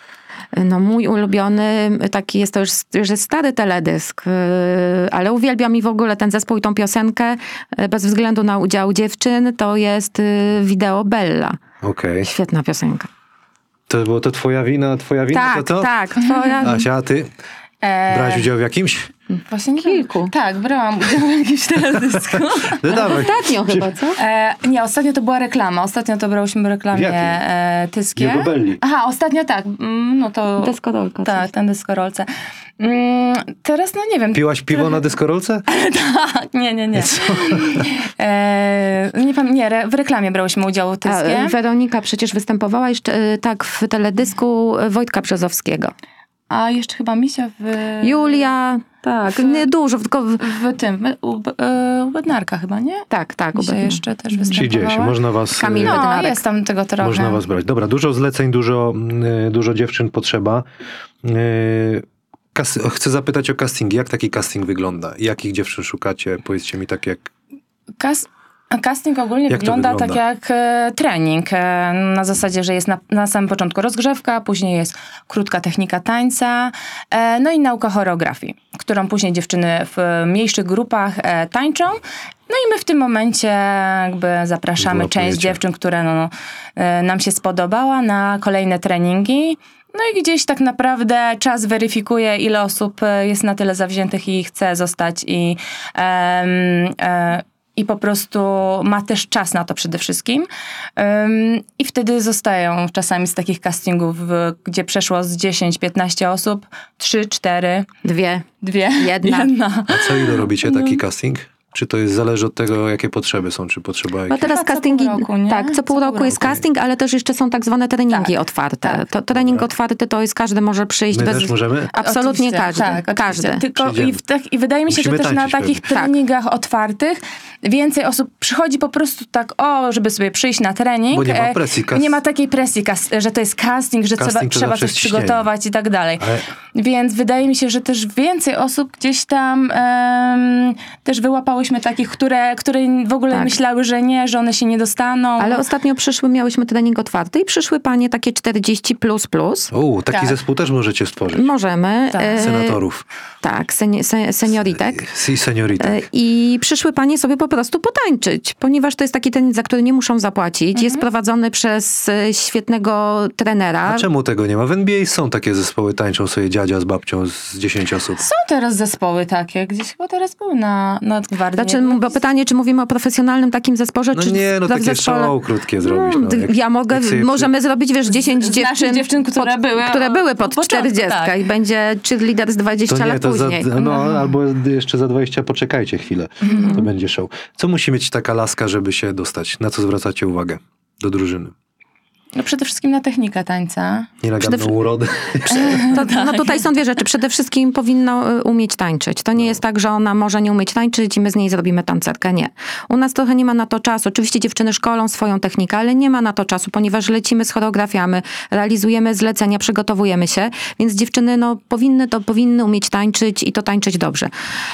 No mój ulubiony, taki jest to już, już jest stary teledysk, yy, ale uwielbiam i w ogóle ten zespół i tą piosenkę, yy, bez względu na udział dziewczyn, to jest yy, wideo Bella. Okej. Świetna piosenka. To było to twoja wina, twoja wina? Tak, to co? tak. Twoja... Asia, a ty? E, Brałaś udział w jakimś? Właśnie nie Kilku. wiem. Tak, brałam udział w jakimś teledysku. No dawaj. Ostatnio chyba, co? E, nie, ostatnio to była reklama. Ostatnio to brałyśmy w reklamie W jakiej? e, Tyskie. Jego Belli. Aha, ostatnio tak. Mm, no to... Deskorolka. Tak, ten deskorolce. Mm, teraz no nie wiem. Piłaś piwo na deskorolce? Tak, nie, nie, nie. Co? E, nie, pam- nie re, w reklamie brałyśmy udział A, Tyskie. e, Weronika przecież występowała jeszcze e, tak w teledysku e, Wojtka Brzozowskiego. A jeszcze chyba Misia w... Julia, tak, nie dużo, tylko w, W tym, u, e, u Bednarka chyba, nie? tak, tak. Misia uby- jeszcze też Czyli występowała. dzieje się, można was... Kamil e, No, Bednarek. jest tam tego trochę. Można was brać. Dobra, dużo zleceń, dużo, mm, dużo dziewczyn potrzeba. Yy, kas- chcę zapytać o castingi. Jak taki casting wygląda? Jakich dziewczyn szukacie? Powiedzcie mi tak jak... Kas- casting ogólnie Jak to wygląda, wygląda? tak jak e, trening. E, na zasadzie, że jest na, na samym początku rozgrzewka, później jest krótka technika tańca, e, no i nauka choreografii, którą później dziewczyny w mniejszych grupach e, tańczą. No i my w tym momencie jakby zapraszamy Wyłapujecie. część dziewczyn, które no, no, e, nam się spodobała, na kolejne treningi. No i gdzieś tak naprawdę czas weryfikuje, ile osób e, jest na tyle zawziętych i chce zostać i, em, e, i po prostu ma też czas na to przede wszystkim. Em, I wtedy zostają czasami z takich castingów, w- gdzie przeszło z dziesięć piętnaście osób, trzy, cztery, Dwie. dwie, Jedna. A co ile robicie taki No. casting? Czy to jest zależy od tego, jakie potrzeby są? Czy potrzeba Bo jakieś... teraz Chyba co castingi, pół roku, nie? tak, co pół Co roku pół jest roku. casting, ale też jeszcze są tak zwane treningi Tak, otwarte. tak. To trening Dobra. otwarty to jest każdy może przyjść My bez... też możemy? Absolutnie Oczywiście, każdy. Tak, oczywiście. każdy. Tylko Przyjdziemy. i, w tak, I wydaje mi się, Musimy że też na tańczyć takich pewnie. treningach otwartych więcej osób przychodzi po prostu tak, o, żeby sobie przyjść na trening. Bo nie ma e, presji, kas- Nie ma takiej presji, kas- że to jest casting, że Casting trzeba, to trzeba zawsze coś jest ciśnienie. przygotować i tak dalej. Ale Więc wydaje mi się, że też więcej osób gdzieś tam em, też wyłapałyśmy takich, które, które w ogóle Tak. myślały, że nie, że one się nie dostaną. Ale ostatnio przyszły, miałyśmy trening otwarty i przyszły panie takie czterdzieści plus plus. U, taki Tak. zespół też możecie stworzyć. Możemy. Tak. e, Senatorów. Tak, seni- se- senioritek. Si seniorita. E, I przyszły panie sobie po prostu potańczyć, ponieważ to jest taki trening, za który nie muszą zapłacić. Mhm. Jest prowadzony przez e, świetnego trenera. A czemu tego nie ma? W N B A są takie zespoły, tańczą sobie dziadzia z babcią z dziesięć osób. Są teraz zespoły takie, gdzieś chyba teraz były na, na Gwardii. Znaczy, bo pytanie, czy mówimy o profesjonalnym takim zesporze, No czy nie, no w takie zespole... show krótkie zrobić. No, d- jak- ja mogę, jak sobie możemy zrobić, wiesz, dziesięć z naszych dziewczyn, dziewczyn, które były, które o, były od pod początku, czterdziestkę tak. i będzie cheerleader z To dwadzieścia nie, lat to za, później. no, albo jeszcze za dwadzieścia poczekajcie chwilę. To będzie show. Co musi mieć taka laska, żeby się dostać? Na co zwracacie uwagę do drużyny? No przede wszystkim na technikę tańca. Nienaganną Przede- urodę. To, no tutaj są dwie rzeczy. Przede wszystkim powinno y, umieć tańczyć. To nie jest tak, że ona może nie umieć tańczyć i my z niej zrobimy tancerkę. Nie. U nas trochę nie ma na to czasu. Oczywiście dziewczyny szkolą swoją technikę, ale nie ma na to czasu, ponieważ lecimy z choreografiami, realizujemy zlecenia, przygotowujemy się, więc dziewczyny no, powinny to powinny umieć tańczyć i to tańczyć dobrze.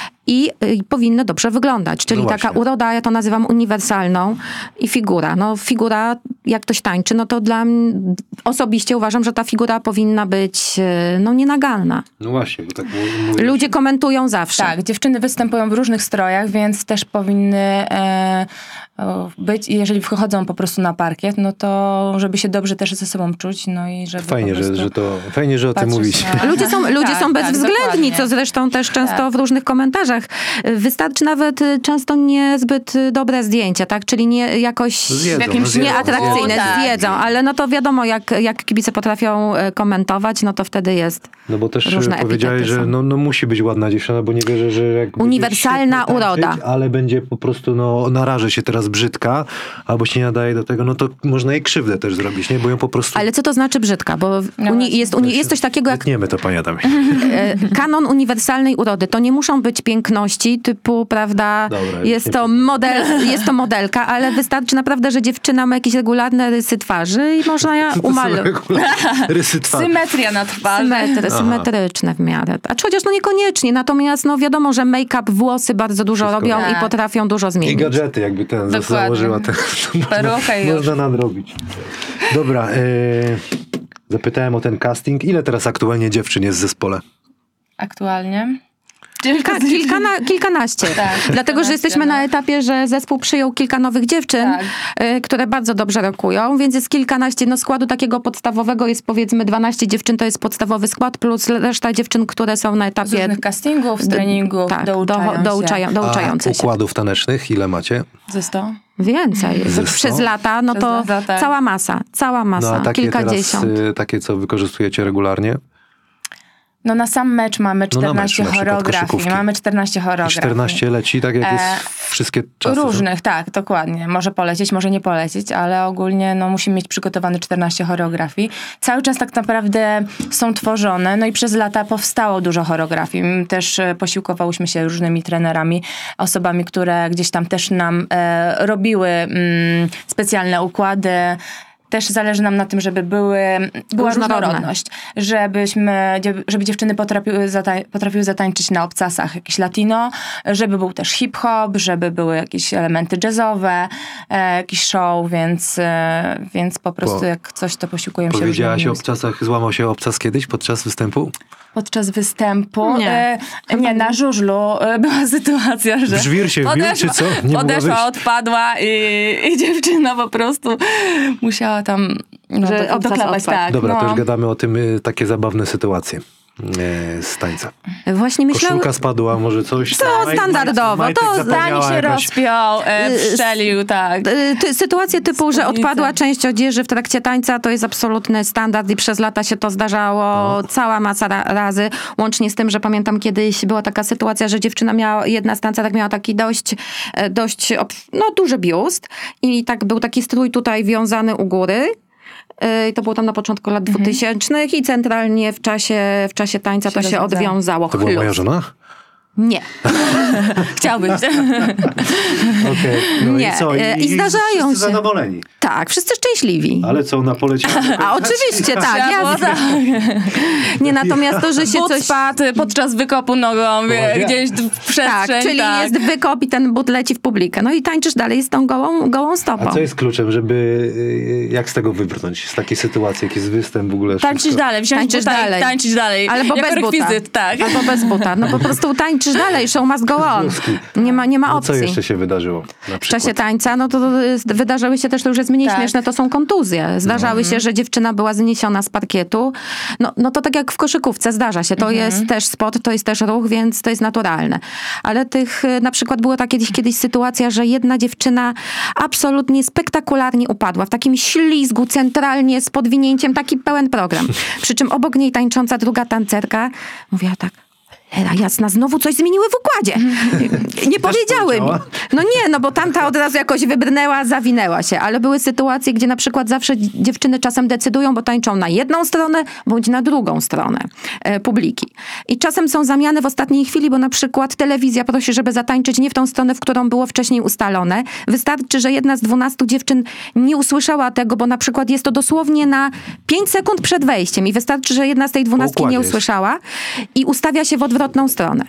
I y, powinny dobrze wyglądać. Czyli No taka właśnie. uroda, ja to nazywam uniwersalną i figura. No figura, jak ktoś tańczy, no to dla mnie osobiście uważam, że ta figura powinna być y, no nienaganna. No właśnie, bo tak mu- mówię. Ludzie komentują zawsze. Tak, dziewczyny występują w różnych strojach, więc też powinny e, o, być, jeżeli wchodzą po prostu na parkiet, no to żeby się dobrze też ze sobą czuć, no i żeby Fajnie, po prostu że, że to, fajnie, że o tym patrzeć mówicie. na- Ludzie są, ludzie Tak, są tak, bezwzględni, dokładnie. co zresztą też często Tak. w różnych komentarzach. Wystarczy nawet y, często niezbyt y, dobre zdjęcie, tak? Czyli nie jakoś Zjedzą, jakimś no zjedzą, nieatrakcyjne, zjedzą. tak. zjedzą, ale no to wiadomo, jak, jak kibice potrafią y, komentować, no to wtedy jest No bo też różne powiedziałeś, epitety że są. no, no musi być ładna dziewczyna, bo nie wierzę, że jak będzie Uniwersalna świetnie tańczyć, uroda. ale będzie po prostu, no narażę się teraz brzydka, albo się nie nadaje do tego, no to można jej krzywdę też zrobić, nie? Bo ją po prostu... Ale co to znaczy brzydka? Bo w No uni- właśnie. jest, uni- jest coś takiego jak Wytniemy to, panie Adamie. e, kanon uniwersalnej urody. To nie muszą być piękności typu, prawda, Dobra, jest nie to powiem. model, jest to modelka, ale wystarczy naprawdę, że dziewczyna ma jakieś regularne rysy twarzy i można je To są umalować. regularne rysy twarzy. Symetria na twarzy. Symetry, symetryczne w miarę. A czy chociaż no niekoniecznie, natomiast no wiadomo, że make-up, włosy bardzo dużo Wszystko. robią Tak. i potrafią dużo I zmienić. gadżety, jakby ten Dokładnie. założyła, ten, to można, Perukę i już. można nadrobić. Dobra, e, zapytałem o ten casting. Ile teraz aktualnie dziewczyn jest w zespole? Aktualnie. Kilka, kilkana, kilkanaście. Tak, Dlatego, że kilkanaście, jesteśmy no. na etapie, że zespół przyjął kilka nowych dziewczyn, Tak. y, które bardzo dobrze rokują, więc jest kilkanaście, no składu takiego podstawowego jest powiedzmy dwanaście dziewczyn, to jest podstawowy skład, plus reszta dziewczyn, które są na Z etapie... różnych castingów, z treningów, tak, douczają do, douczają, się. douczające A się. układów tanecznych ile macie? Ze sto? Więcej. Ze Przez sto? lata, no Przez to lata, tak. cała masa, cała masa, No a takie teraz, kilkadziesiąt. y, takie co wykorzystujecie regularnie? No na sam mecz mamy No na mecz, czternaście na przykład choreografii. koszykówki. Mamy czternaście choreografii. czternaście leci, tak jak jest E, wszystkie czasy. Różnych, tak, dokładnie. Może polecieć, może nie polecieć, ale ogólnie no, musimy mieć przygotowane czternaście choreografii. Cały czas tak naprawdę są tworzone, no i przez lata powstało dużo choreografii. My też e, posiłkowałyśmy się różnymi trenerami, osobami, które gdzieś tam też nam e, robiły mm, specjalne układy. Też zależy nam na tym, żeby były, była Różnorodne. różnorodność, żebyśmy, żeby dziewczyny potrafiły, zatań, potrafiły zatańczyć na obcasach jakieś latino, żeby był też hip-hop, żeby były jakieś elementy jazzowe, e, jakiś show, więc, e, więc po prostu Bo jak coś, to posiłkujemy się Powiedziałaś o różnymi obcasach, złamał się obcas kiedyś podczas występu? podczas występu. Nie. E, nie, na żużlu e, była sytuacja, że W żwir się wbił, czy co? Nie mogła podeszła, wyjść. odpadła i, i dziewczyna po prostu musiała tam no, Że do, obcas doklepać. odpadł. Tak, Dobra, no. to już gadamy o tym, y, takie zabawne sytuacje y, z tańca. Właśnie myślałam... Koszulka spadła, może coś. To Maj- standardowo, majtek to zapomniała Zdanie się jakaś. rozpiął, e, wszczelił, tak. Y, ty- Sytuacje typu, że Spódnicę. odpadła część odzieży w trakcie tańca, to jest absolutny standard i przez lata się to zdarzało cała masa ra- razy. Łącznie z tym, że pamiętam kiedyś była taka sytuacja, że dziewczyna miała, jedna z tancerek miała taki dość, e, dość ob- no, duży biust i tak był taki strój tutaj wiązany u góry. Y, I to było tam na początku lat dwutysięcznych i centralnie w czasie, w czasie tańca to się rozwiązało. odwiązało. To była moja Chlust. żona? Nie. Chciałbyś. Okej. No Nie, i co? e, i zdarzają wszyscy się. zadowoleni. Tak, wszyscy szczęśliwi. Ale co, ona poleciała? A oczywiście, tak, Trzeba było jasne. Nie, natomiast to, że się But coś... spadł podczas wykopu nogą, wie, Poważnie? gdzieś w przestrzeń. Tak, czyli tak. jest wykop i ten but leci w publikę. No i tańczysz dalej z tą gołą, gołą stopą. A co jest kluczem, żeby y, jak z tego wybrnąć? Z takiej sytuacji, jak jest występ w ogóle? Tańczyć wszystko? dalej, wziąć Tańczysz buta dalej. i tańczyć dalej. Albo jako bez buta. rekwizyt, tak. Albo bez buta. No po prostu tańczysz dalej, show must go on. Związki. Nie ma, nie ma No opcji. co jeszcze się wydarzyło? Na W przykład? czasie tańca, no to, to jest, wydarzały się też, to już jest mniej Tak. śmieszne, to są kontuzje. Zdarzały się, że dziewczyna była zniesiona z parkietu. No, no to tak jak w koszykówce zdarza się. To jest też sport, to jest też ruch, więc to jest naturalne. Ale tych, y, na przykład była taka kiedyś, kiedyś sytuacja, że jedna dziewczyna absolutnie spektakularnie upadła. W takim ślizgu centralnie z podwinięciem, taki pełen program. Przy czym obok niej tańcząca druga tancerka mówiła tak: Lera jasna, znowu coś zmieniły w układzie. Nie powiedziały mi. powiedziała? No nie, no bo tamta od razu jakoś wybrnęła, zawinęła się. Ale były sytuacje, gdzie na przykład zawsze dziewczyny czasem decydują, bo tańczą na jedną stronę, bądź na drugą stronę e, publiki. I czasem są zamiany w ostatniej chwili, bo na przykład telewizja prosi, żeby zatańczyć nie w tą stronę, w którą było wcześniej ustalone. Wystarczy, że jedna z dwunastu dziewczyn nie usłyszała tego, bo na przykład jest to dosłownie na pięć sekund przed wejściem i wystarczy, że jedna z tej dwunastki układzie nie jest. usłyszała i ustawia się w odwrotną stronę.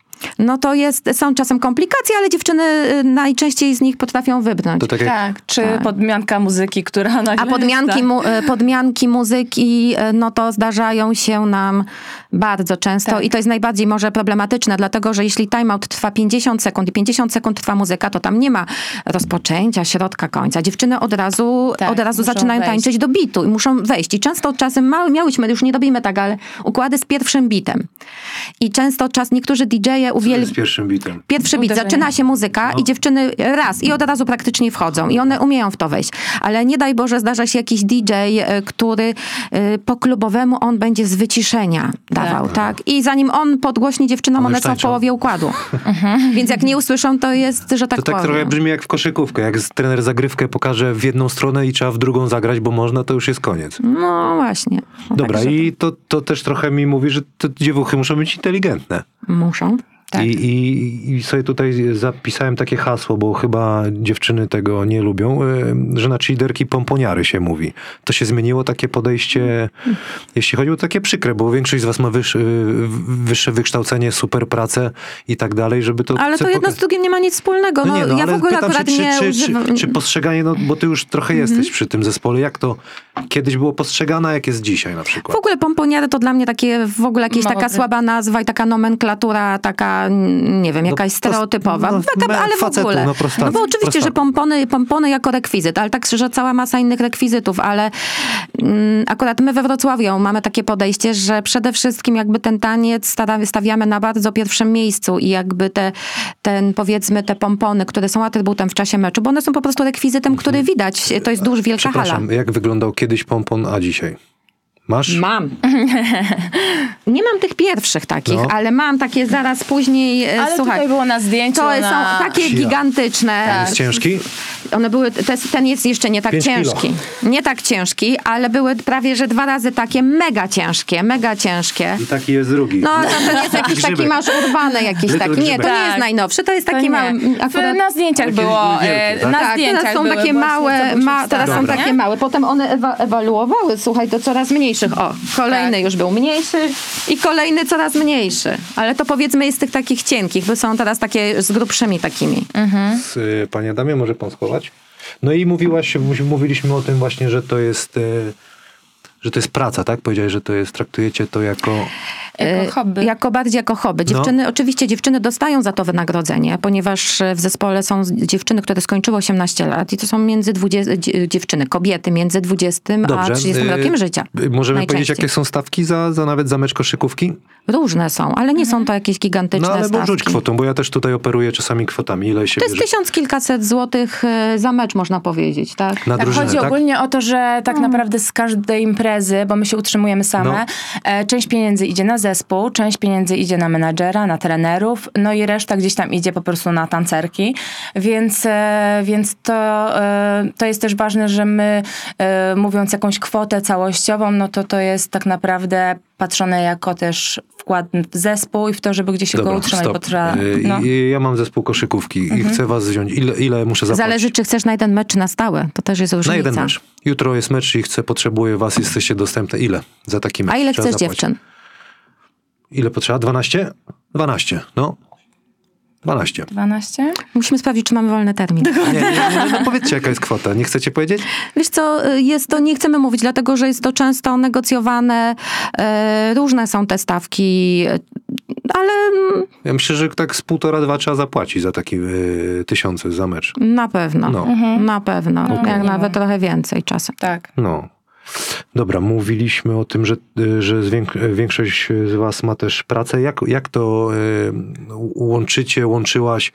No to jest, są czasem komplikacje, ale dziewczyny y, najczęściej z nich potrafią wybrnąć. To tak jak Tak, czy Tak. podmianka muzyki, która nagle... A podmianki, tak. mu, y, podmianki muzyki, y, no to zdarzają się nam bardzo często Tak. i to jest najbardziej może problematyczne, dlatego że jeśli timeout trwa pięćdziesiąt sekund i pięćdziesiąt sekund trwa muzyka, to tam nie ma rozpoczęcia, środka, końca. Dziewczyny od razu, Tak, od razu muszą zaczynają wejść. tańczyć do bitu i muszą wejść. I często czasem mały, miałyśmy, już nie robimy tak, ale układy z pierwszym bitem. I często czas niektórzy didżeje uwielbiają... z pierwszym bitem. Pierwszy bit, Uderzenie. zaczyna się muzyka No. i dziewczyny raz i od razu praktycznie wchodzą i one umieją w to wejść. Ale nie daj Boże, zdarza się jakiś didżej, e, który e, po klubowemu on będzie z wyciszenia dawał, tak? I zanim on podgłośni dziewczynom, One one już są w tańczą. połowie układu. Więc jak nie usłyszą, to jest, że tak To tak powiem. trochę brzmi jak w koszykówkę. Jak z- trener zagrywkę pokaże w jedną stronę i trzeba w drugą zagrać, bo można, to już jest koniec. No właśnie. No Dobra, także i to, to też trochę mi mówi, że te dziewuchy muszą być inteligentne. muszą. Tak. I, i, I sobie tutaj zapisałem takie hasło, bo chyba dziewczyny tego nie lubią, y, że na cheerleaderki pomponiary się mówi. To się zmieniło takie podejście, jeśli chodzi o takie przykre, bo większość z was ma wyż, y, wyższe wykształcenie, super pracę i tak dalej, żeby to... Ale to co jedno poka- z drugim nie ma nic wspólnego. No, No nie, no, ja ale w ogóle pytam akurat się, czy, nie czy, używam... czy, czy postrzeganie, no bo ty już trochę jesteś przy tym zespole, jak to, kiedyś było postrzegane, jak jest dzisiaj na przykład? W ogóle pomponiary to dla mnie takie, w ogóle jakieś taka Mody. słaba nazwa i taka nomenklatura, taka, nie wiem, jakaś prost- stereotypowa. no, taka, ale w facetów, ogóle. no prosta- no bo oczywiście, prosta- że pompony, pompony jako rekwizyt, ale tak, że cała masa innych rekwizytów, ale mm, akurat my we Wrocławiu mamy takie podejście, że przede wszystkim jakby ten taniec stara- stawiamy na bardzo pierwszym miejscu i jakby te, ten, powiedzmy, te pompony, które są atrybutem w czasie meczu, bo one są po prostu rekwizytem, który widać. To jest duż, wielka hala. Przepraszam, jak wyglądał kiedyś pompon, a dzisiaj? Masz? Mam. Nie mam tych pierwszych takich, No. ale mam takie zaraz później, e, Ale słuchaj, tutaj było na zdjęciu. to na... są takie Ja. gigantyczne. Jest ciężki? One były, te, ten jest jeszcze nie tak Pięć kilo. ciężki. Nie tak ciężki, ale były prawie, że dwa razy takie mega ciężkie, mega ciężkie. I taki jest drugi. No, to, to jest jakiś taki, Grzybek. masz urwany jakiś Little taki. Nie, to grzybek. nie jest Tak. najnowszy, to jest To taki nie. mały. W, na zdjęciach Ale było. kiedyś były wielkie, e, tak? Na Tak, zdjęciach teraz są były takie właśnie, małe, co był ma, teraz są przedstawiony, takie nie? małe. Potem one ewa- ewaluowały, słuchaj, do coraz mniejszych. O, kolejny Tak. już był mniejszy i kolejny coraz mniejszy. Ale to powiedzmy jest tych takich cienkich, bo są teraz takie z grubszymi takimi. Z, y, Panie Adamie, może pan schować? No i mówiłaś, mówiliśmy o tym właśnie, że to jest, y, że to jest praca, tak? Powiedziałeś, że to jest, traktujecie to jako... Jako hobby. Jako bardziej jako hobby. Dziewczyny, oczywiście dziewczyny dostają za to wynagrodzenie, ponieważ w zespole są dziewczyny, które skończyły osiemnaście lat i to są między dwudziestym, dziewczyny, kobiety między dwudziestym a trzydziestym y, rokiem życia. y, Możemy powiedzieć, Najczęściej. jakie są stawki za, za nawet za mecz koszykówki? Różne są, ale nie są to jakieś gigantyczne No ale bo stawki. rzuć kwotą, bo ja też tutaj operuję czasami kwotami. Ile się To jest bierze? tysiąc kilkaset złotych e, za mecz, można powiedzieć, tak? Na Tak, drużynę, chodzi tak? ogólnie o to, że tak naprawdę z każdej imprezy, bo my się utrzymujemy same, No. e, część pieniędzy idzie na zespół, część pieniędzy idzie na menadżera, na trenerów, no i reszta gdzieś tam idzie po prostu na tancerki, więc, e, więc to, e, to jest też ważne, że my e, mówiąc jakąś kwotę całościową, no to to jest tak naprawdę patrzone jako też wkład w zespół i w to, żeby gdzieś się go utrzymać, bo trzeba... Y, No. i- Ja mam zespół koszykówki i chcę was wziąć. Ile, ile muszę zapłacić? Zależy, czy chcesz na jeden mecz, czy na stałe. To też jest różnica. Na jeden mecz. Jutro jest mecz i chcę, potrzebuję was, jesteście dostępne. Ile za taki mecz? A ile trzeba chcesz zapłacić? dziewczyn? Ile potrzeba? dwanaście? dwanaście, no. dwanaście. dwanaście? Musimy sprawdzić, czy mamy wolny termin. Nie, nie, nie, no powiedzcie, jaka jest kwota. Nie chcecie powiedzieć? Wiesz co, jest to, nie chcemy mówić, dlatego że jest to często negocjowane, e, różne są te stawki, e, ale mm, Ja myślę, że tak z półtora, dwa trzeba zapłacić za takie y, tysiące za mecz. na pewno, No. na pewno, No, jak nie nawet wiem. trochę więcej czasem. Tak. No. Dobra, mówiliśmy o tym, że, y, że zwięk- większość z was ma też pracę. Jak, jak to y, łączycie, łączyłaś?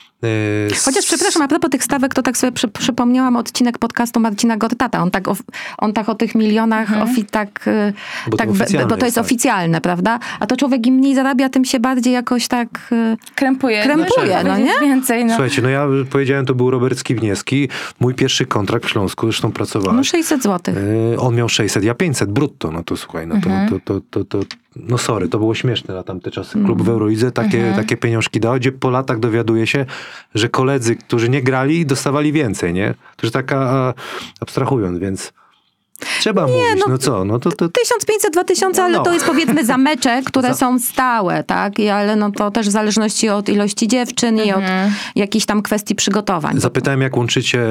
y, z- Chociaż przepraszam, a propos tych stawek, to tak sobie przy, przypomniałam odcinek podcastu Marcina Gortata. On tak o, on tak o tych milionach, ofi, tak, y, Bo to tak oficjalne bo to jest jest, tak. oficjalne, prawda? A to człowiek im mniej zarabia, tym się bardziej jakoś tak... y, Krępuje. Krępuje, no nie? Więcej, no. Słuchajcie, no ja powiedziałem, to był Robert Skibniewski. Mój pierwszy kontrakt w Śląsku, zresztą pracowałem. No sześćset złotych. Y, On miał sześćset, ja pięćset brutto, no to słuchaj, no to, to, to, to, to no sorry, to było śmieszne na tamte czasy. Klub w Eurolidze takie, takie pieniążki dał, gdzie po latach dowiaduje się, że koledzy, którzy nie grali, dostawali więcej, nie? To jest taka, a, abstrahując, więc trzeba mówić, no, no, co, no to, to tysiąc pięćset, dwa tysiące, ale No. to jest powiedzmy za mecze, które Za- są stałe, tak? I, ale no to też w zależności od ilości dziewczyn i od jakichś tam kwestii przygotowań. zapytałem, jak łączycie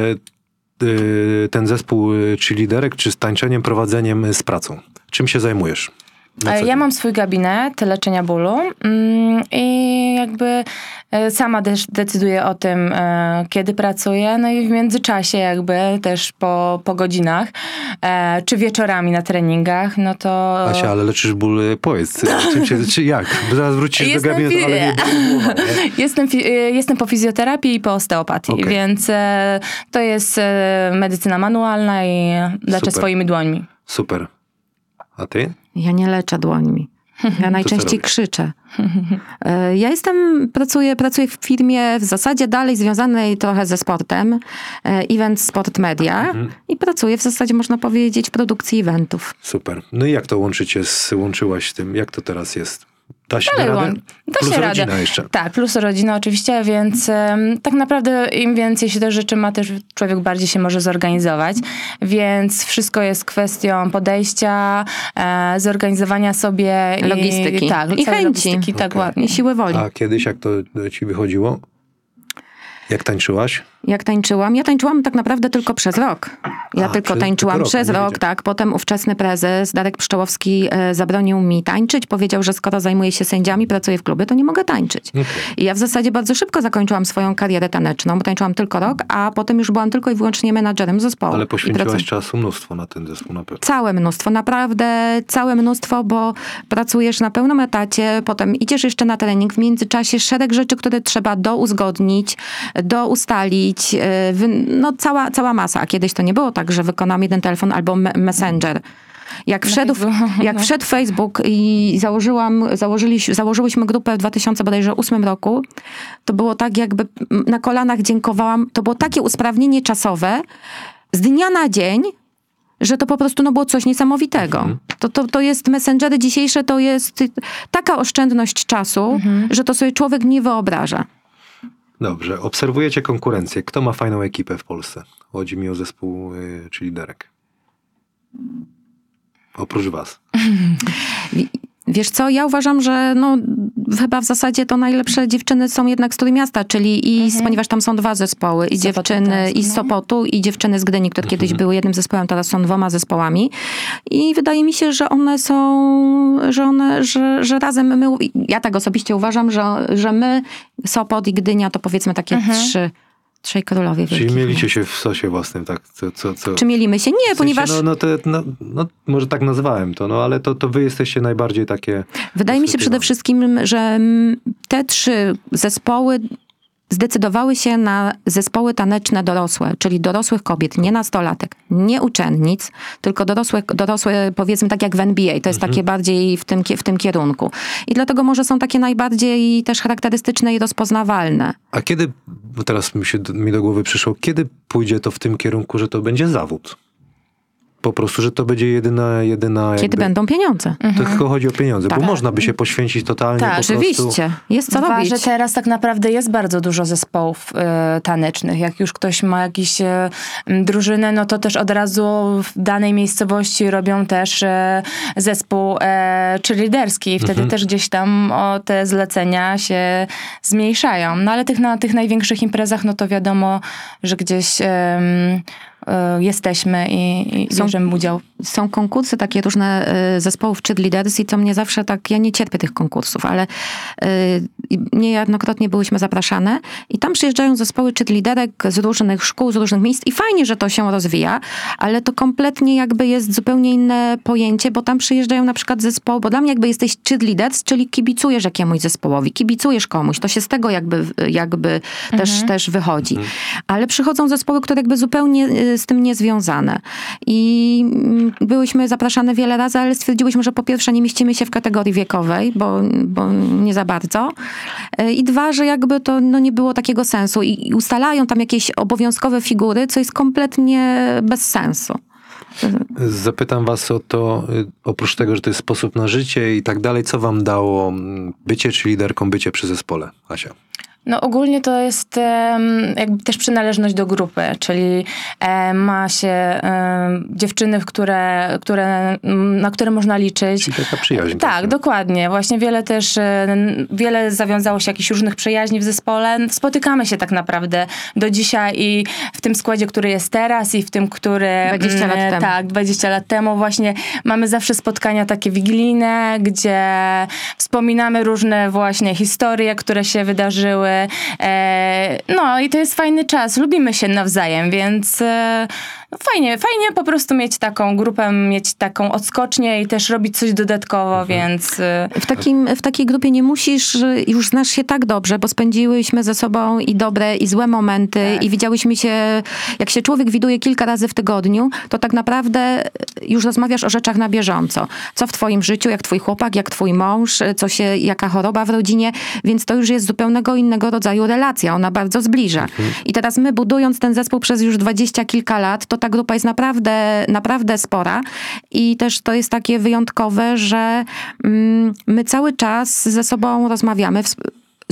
y, ten zespół y, czy liderek, czy z tańczeniem, prowadzeniem z pracą. Czym się zajmujesz? Na co Ja dzień? mam swój gabinet leczenia bólu mm, i jakby e, sama też decyduję o tym, e, kiedy pracuję, no i w międzyczasie jakby też po, po godzinach, e, czy wieczorami na treningach, no to... Asia, ale leczysz ból, y, powiedz, y, czym się, czy jak? Bo zaraz wrócisz do Jestem gabinetu, fi- ale nie boli głowa, nie? Jestem, fi- e, jestem po fizjoterapii i po osteopatii, Okej. więc e, to jest e, medycyna manualna i leczę Super. swoimi dłońmi. Super. A ty? Ja nie leczę dłońmi. Ja najczęściej robisz? krzyczę. E, Ja jestem, pracuję, pracuję w firmie w zasadzie dalej związanej trochę ze sportem, e, Event Sport Media Mhm. i pracuję w zasadzie, można powiedzieć, w produkcji eventów. Super. No i jak to łączycie, z, łączyłaś z tym? Jak to teraz jest? Da się Dalej radę? łączę. Da Plus się rodzina radę. jeszcze. Tak, plus rodzina oczywiście, więc em, tak naprawdę im więcej się też rzeczy ma, też człowiek bardziej się może zorganizować, więc wszystko jest kwestią podejścia, e, zorganizowania sobie i, Logistyki. tak, I całej chęci. logistyki, tak Okej. ładnie. I siły woli. A kiedyś jak to ci wychodziło? Jak tańczyłaś? Jak tańczyłam? Ja tańczyłam tak naprawdę tylko przez rok. Ja A, tylko przez- tańczyłam tylko rok, przez a nie rok, wiedziałem. tak. Potem ówczesny prezes Darek Pszczołowski e, zabronił mi tańczyć. Powiedział, że skoro zajmuję się sędziami, pracuję w klubie, to nie mogę tańczyć. Okej. I ja w zasadzie bardzo szybko zakończyłam swoją karierę taneczną, bo tańczyłam tylko rok, a potem już byłam tylko i wyłącznie menadżerem zespołu. Ale I poświęciłaś pracu- czasu mnóstwo na ten zespół na pewno. Całe mnóstwo, naprawdę całe mnóstwo, bo pracujesz na pełnym etacie, potem idziesz jeszcze na trening, w międzyczasie szereg rzeczy, które trzeba douzgodnić, doustalić, yy, wy- no cała, cała masa. A kiedyś to nie było tak, że wykonam jeden telefon albo me- messenger. Jak wszedł, Facebooku, jak no. wszedł Facebook i założyłam, założyliś, założyłyśmy grupę w dwa tysiące ósmym roku, to było tak, jakby na kolanach dziękowałam. To było takie usprawnienie czasowe z dnia na dzień, że to po prostu no, było coś niesamowitego. Mhm. To, to, to jest, messengery dzisiejsze to jest taka oszczędność czasu, że to sobie człowiek nie wyobraża. Dobrze, obserwujecie konkurencję. Kto ma fajną ekipę w Polsce? Chodzi mi o zespół, y, czyli Derek. Oprócz was. Wiesz co, ja uważam, że no, chyba w zasadzie to najlepsze dziewczyny są jednak z Trójmiasta, czyli i z, ponieważ tam są dwa zespoły, i Z Sopotu dziewczyny teraz, i z no. Sopotu, i dziewczyny z Gdyni, które kiedyś były jednym zespołem, teraz są dwoma zespołami. I wydaje mi się, że one są, że one, że, że razem my, ja tak osobiście uważam, że, że my, Sopot i Gdynia to powiedzmy takie trzy, trzej królowie Czyli wielkich. mieliście się w sosie własnym, tak? Co, co, co? Czy mielimy się? Nie, W sensie, ponieważ No, no, to, no, no, może tak nazwałem to, no ale to, to wy jesteście najbardziej takie... wydaje mi się przede dyscyplinowne. wszystkim, że mm, te trzy zespoły zdecydowały się na zespoły taneczne dorosłe, czyli dorosłych kobiet, nie nastolatek, nie uczennic, tylko dorosłe, dorosłe powiedzmy tak jak w N B A. To jest takie bardziej w tym, kie- w tym kierunku. I dlatego może są takie najbardziej też charakterystyczne i rozpoznawalne. A kiedy, bo teraz mi, się, mi do głowy przyszło, kiedy pójdzie to w tym kierunku, że to będzie zawód? Po prostu, że to będzie jedyna... jedyna Kiedy jakby, będą pieniądze. To tylko chodzi o pieniądze, Tak. bo można by się poświęcić totalnie Tak, po prostu... Oczywiście. Jest co Dwa, robić. że teraz tak naprawdę jest bardzo dużo zespołów e, tanecznych. Jak już ktoś ma jakąś e, m, drużynę, no to też od razu w danej miejscowości robią też e, zespół e, cheerleaderski i wtedy też gdzieś tam o te zlecenia się zmniejszają. No ale tych, na tych największych imprezach, no to wiadomo, że gdzieś em, e, jesteśmy i, i Są- bierzemy udział. Są konkursy takie różne y, zespołów cheerleaders i to mnie zawsze tak, ja nie cierpię tych konkursów, ale y, niejednokrotnie byłyśmy zapraszane i tam przyjeżdżają zespoły cheerleaderek z różnych szkół, z różnych miejsc i fajnie, że to się rozwija, ale to kompletnie jakby jest zupełnie inne pojęcie, bo tam przyjeżdżają na przykład zespoły, bo dla mnie jakby jesteś cheerleaders, czyli kibicujesz jakiemuś zespołowi, kibicujesz komuś, to się z tego jakby, jakby też, też wychodzi. Ale przychodzą zespoły, które jakby zupełnie y, z tym niezwiązane. I mm, byłyśmy zapraszane wiele razy, ale stwierdziłyśmy, że po pierwsze nie mieścimy się w kategorii wiekowej, bo, bo nie za bardzo. Y, I dwa, że jakby to no, nie było takiego sensu. I, I ustalają tam jakieś obowiązkowe figury, co jest kompletnie bez sensu. Zapytam was o to, y, oprócz tego, że to jest sposób na życie i tak dalej, co wam dało mm, bycie czy liderką, bycie przy zespole? Asia. No ogólnie to jest em, jakby też przynależność do grupy, czyli em, ma się em, dziewczyny, w które, które, m, na które można liczyć. Czyli taka przyjaźń. Tak, taka. dokładnie. Właśnie wiele też, e, wiele zawiązało się jakichś różnych przyjaźni w zespole. Spotykamy się tak naprawdę do dzisiaj i w tym składzie, który jest teraz i w tym, który... dwadzieścia lat mm, temu. Tak, dwadzieścia lat temu właśnie mamy zawsze spotkania takie wigilijne, gdzie wspominamy różne właśnie historie, które się wydarzyły. E, no i to jest fajny czas. Lubimy się nawzajem, więc e, no fajnie, fajnie po prostu mieć taką grupę, mieć taką odskocznię i też robić coś dodatkowo, więc... e, W, takim, w takiej grupie nie musisz, y, już znasz się tak dobrze, bo spędziłyśmy ze sobą i dobre, i złe momenty Tak. i widziałyśmy się, jak się człowiek widuje kilka razy w tygodniu, to tak naprawdę już rozmawiasz o rzeczach na bieżąco. Co w twoim życiu, jak twój chłopak, jak twój mąż, co się, jaka choroba w rodzinie, więc to już jest zupełnego innego rodzaju relacja, ona bardzo zbliża. I teraz my, budując ten zespół przez już dwadzieścia kilka lat, to ta grupa jest naprawdę, naprawdę spora i też to jest takie wyjątkowe, że mm, my cały czas ze sobą rozmawiamy. W,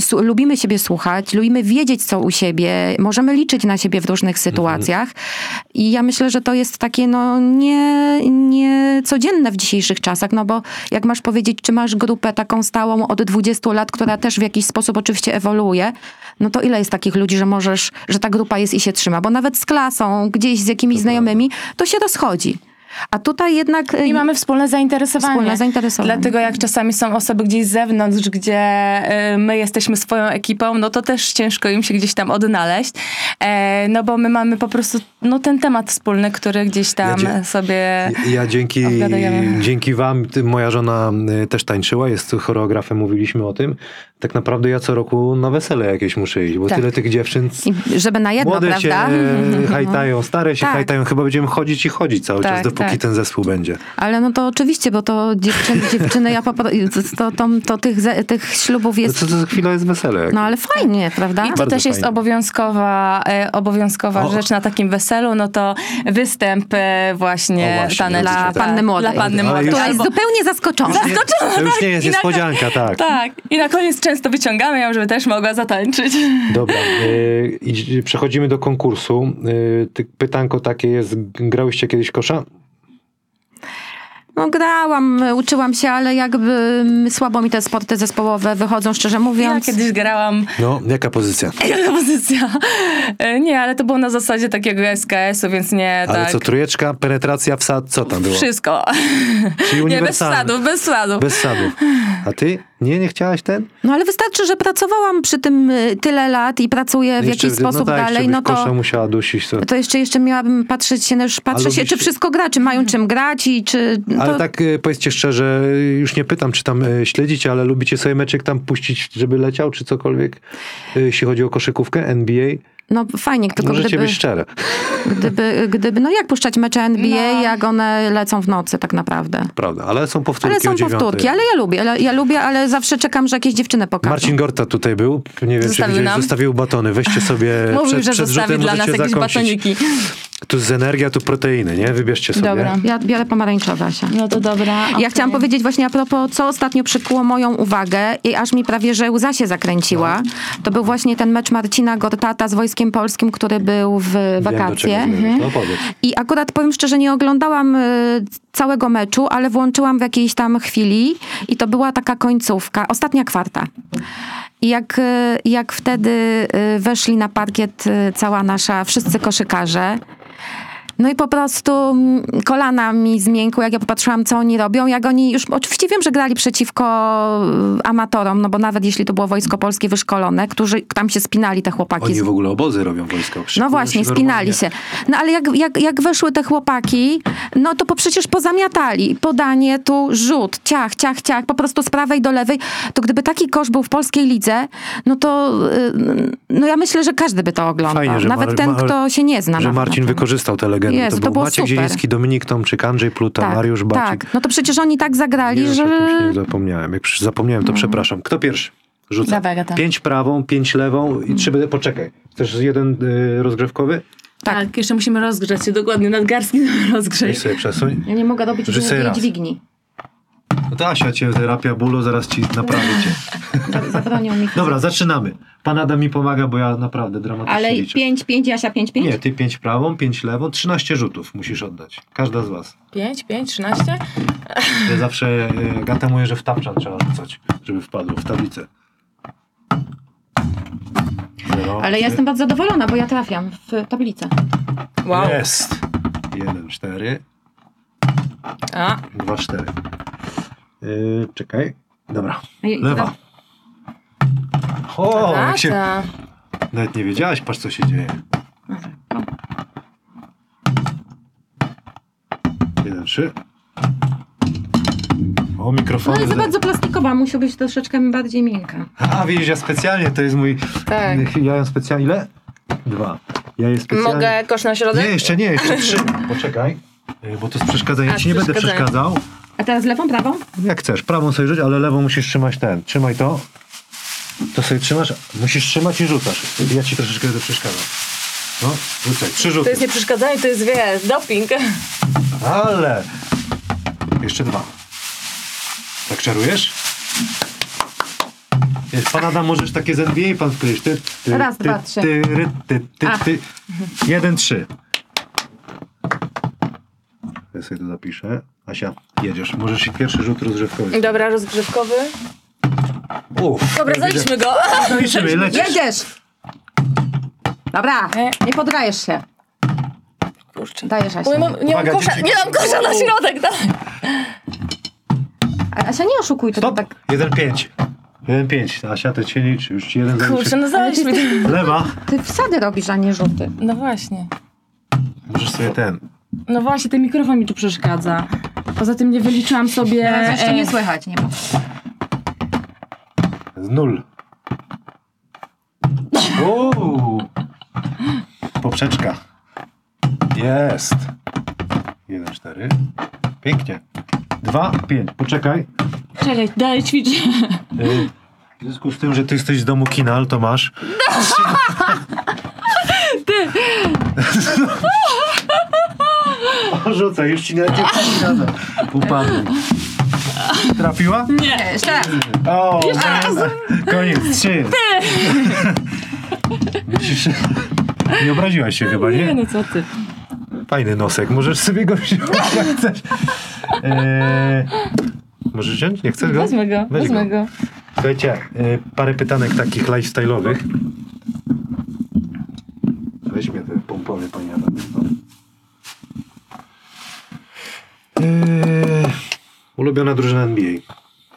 su- lubimy siebie słuchać, lubimy wiedzieć, co u siebie, możemy liczyć na siebie w różnych sytuacjach. I ja myślę, że to jest takie no nie, nie codzienne w dzisiejszych czasach, no bo jak masz powiedzieć, czy masz grupę taką stałą od dwudziestu lat, która też w jakiś sposób oczywiście ewoluuje, no to ile jest takich ludzi, że możesz, że ta grupa jest i się trzyma, bo nawet z klasą, gdzieś z jakimiś To znajomymi, to się rozchodzi. A tutaj jednak... I mamy wspólne zainteresowanie. Wspólne zainteresowanie. Dlatego jak czasami są osoby gdzieś z zewnątrz, gdzie y, my jesteśmy swoją ekipą, no to też ciężko im się gdzieś tam odnaleźć. E, no bo my mamy po prostu no, ten temat wspólny, który gdzieś tam Ja dzie- sobie Ja, ja dzięki, obgadujemy. dzięki wam, ty, moja żona y, też tańczyła, jest choreografem, mówiliśmy o tym. Tak naprawdę ja co roku na wesele jakieś muszę iść, bo Tak. tyle tych dziewczyn... I żeby na jedno, Młode prawda? się hajtają, stare się Tak. hajtają. Chyba będziemy chodzić i chodzić cały Tak, czas, dopóki tak. ten zespół będzie. Ale no to oczywiście, bo to dziewczyny, dziewczyny ja popro... to, to, to tych, ze- tych ślubów No jest... co to za chwila jest wesele? No ale fajnie, prawda? I to Bardzo też jest fajnie. obowiązkowa, e, obowiązkowa O. rzecz na takim weselu, no to występ e, właśnie, O, właśnie, taneczny. robicie Dla tak. panny młodej. Dla panny Ale młodej. już- Która jest Albo- zupełnie zaskoczona. Nie, to już nie jest I na- niespodzianka, tak. Tak. I na koniec często wyciągamy ją, żeby też mogła zatańczyć. Dobra, y, i przechodzimy do konkursu. Y, ty, pytanko takie jest, grałyście kiedyś kosza? No grałam, uczyłam się, ale jakby mm, słabo mi te sporty zespołowe wychodzą, szczerze Ja mówiąc. kiedyś grałam. No, jaka pozycja? Jaka pozycja? E, Nie, ale to było na zasadzie takiego S K S-u, więc nie Ale tak. co, trójeczka, penetracja, wsad, co tam było? Wszystko. Czyli Nie, bez uniwersalne. wsadów, bez wsadów. Bez sadów. A ty? Nie, nie chciałaś ten? No ale wystarczy, że pracowałam przy tym y, tyle lat i pracuję w Jeszcze- jakiś sposób no tak, dalej, jeszcze no byś to... kosza musiała dusić. To. To jeszcze, jeszcze miałabym patrzeć się, no już patrzę się, lubisz- czy wszystko gra, czy mają czym grać i czy... Ale to... tak y, powiedzcie szczerze, już nie pytam, czy tam y, śledzicie, ale lubicie sobie meczek tam puścić, żeby leciał, czy cokolwiek, y, jeśli chodzi o koszykówkę, N B A? No fajnie, tylko Możecie gdyby, być szczere. gdyby, gdyby... No jak puszczać mecze N B A, No. jak one lecą w nocy tak naprawdę. Prawda, ale są powtórki Ale są o dziewiątej. powtórki, ale ja lubię, ale ja lubię, ale zawsze czekam, że jakieś dziewczyny pokażą. Marcin Gorta tutaj był. Nie wiem, Zostawił czy widziałeś, nam. zostawił batony. Weźcie sobie Mówił, przed, że przed zostawi rzutem dla nas możecie jakieś zakąsić. batoniki. Tu jest energia, tu proteiny, nie? Wybierzcie sobie. Dobra. Ja biorę pomarańczowe, Asia. No to dobra. Ja chciałam powiedzieć właśnie a propos, co ostatnio przykuło moją uwagę i aż mi prawie, że łza się zakręciła. To był właśnie ten mecz Marcina Gortata z Wojskiem Polskim, który był w Wiem, do wakacje. czego zmierzam. To opowiedz. I akurat powiem szczerze, nie oglądałam y, całego meczu, ale włączyłam w jakiejś tam chwili i to była taka końcówka, ostatnia kwarta. I jak, y, jak wtedy y, weszli na parkiet y, cała nasza, wszyscy koszykarze, no i po prostu mm, kolana mi zmiękły, jak ja popatrzyłam, co oni robią. Jak oni już, oczywiście wiem, że grali przeciwko y, amatorom, no bo nawet jeśli to było Wojsko Polskie wyszkolone, którzy tam się spinali, te chłopaki. Oni z- w ogóle obozy robią wojska. no właśnie, spinali się. No ale jak, jak, jak weszły te chłopaki, no to po przecież pozamiatali. Podanie tu, rzut, ciach, ciach, ciach, po prostu z prawej do lewej. To gdyby taki kosz był w polskiej lidze, no to y, no ja myślę, że każdy by to oglądał. Fajnie, że Nawet Mar- ten, Mar- kto się nie zna. Że na- Marcin na tym. wykorzystał tę legendę. Jezu, to to był było Maciek super. Zieliński, Dominik Tomczyk, Andrzej Pluta, Tak, Mariusz Bacik. tak. No to przecież oni tak zagrali, Jezus, że... o tym się nie zapomniałem. Jak przy- zapomniałem, to przepraszam. Kto pierwszy? Rzuca. Dawaj, Agata. Pięć prawą, pięć lewą i trzy... Poczekaj. Chcesz jeden y, rozgrzewkowy? Tak. jeszcze musimy rozgrzać się dokładnie, nadgarstki Weź rozgrzej. sobie przesuń. Ja nie mogę robić Rzuć sobie długiej raz. dźwigni. No to Asia cię terapia bólu, zaraz ci naprawię cię. Za- Zabronią mi. Dobra, zaczynamy. Pan Adam mi pomaga, bo ja naprawdę dramatycznie Ale liczę. pięć, pięć, Jasia, pięć, pięć? Nie, ty pięć prawą, pięć lewą, trzynaście rzutów musisz oddać. Każda z was. Pięć, pięć, trzynaście? Ja zawsze y, Gata mówię, że w tapczan trzeba rzucać, żeby wpadło w tablicę. Zero, Ale ja jestem bardzo zadowolona, bo ja trafiam w tablicę. Wow. Jest. Jeden, cztery, A, dwa, cztery. Yy, czekaj. Dobra. Ej, Lewa. O, jak się... Agata. Nawet nie wiedziałaś, patrz co się dzieje. Jeden, trzy. O, No mikrofony. jest za bardzo plastikowa, musi być troszeczkę bardziej miękka. A, widzisz, ja specjalnie, to jest mój... Tak. Ja ją specjalnie... Ile? Dwa. Ja je specjalnie... Mogę kosz na środek? Nie, jeszcze nie, jeszcze trzy. Poczekaj, yy, bo to jest przeszkadzanie. Ja A, ci nie będę przeszkadzanie. przeszkadzał. A teraz lewą, prawą? Jak chcesz, prawą sobie rzuć, ale lewą musisz trzymać ten. Trzymaj to. To sobie trzymasz, musisz trzymać i rzucasz. Ja ci troszeczkę będę przeszkadzał. No, rzucaj, trzy rzuty. To jest nie przeszkadzanie, to jest, wiesz, doping. Ale! Jeszcze dwa. Tak czarujesz? Wiesz, pan Adam, możesz takie z N B A pan wkryć. Ty, ty, Raz, ty, dwa, trzy. Ty, ty, ty, ty, A. ty. Jeden, trzy. Ja sobie to zapiszę. Asia, jedziesz. Możesz i pierwszy rzut rozgrzewkowy. Dobra, rozgrzewkowy. Uff. Dobra, zaliczmy go. Zaliczymy, lecisz. Jedziesz! Dobra, Nie. nie poddajesz się. Kurczę. Dajesz, Asia. Bo nie mam, nie mam Uwaga, kosza, dzieci. nie mam kosza na środek, daj. A- Asia, nie oszukuj, to Stop. tak... Jeden, pięć. Jeden, pięć. Asia, to cię liczy. Już ci jeden Kurczę, zaliczy. no zaliczmy. Lewa. Ty wsady robisz, a nie rzuty. No właśnie. Możesz sobie ten. No właśnie, ten mikrofon mi tu przeszkadza. Poza tym nie wyliczyłam sobie... Teraz jeszcze nie e, słychać, nie ma. Z nul. Uuu. Poprzeczka. Jest. Jeden, cztery. Pięknie. Dwa, pięć. Poczekaj. Czekaj, dalej ćwiczę. Y, W związku z tym, że ty jesteś z domu Kinal, to masz. Ty! O, rzucaj, już ci nawet nie przeszkadza. Upadł. Trafiła? Nie, jeszcze raz. O, nie, koniec, trzy. Musisz... Nie obraziłaś się chyba, Nie nie? no, co ty. Fajny nosek, możesz sobie go wziąć, jak chcesz. Eee, możesz wziąć? Nie chcesz go? Wezmę go, Weź wezmę go. Słuchajcie, e, parę pytanek takich lifestyle'owych. Weźmie te pompowy, pani Adam. Eee, ulubiona drużyna N B A.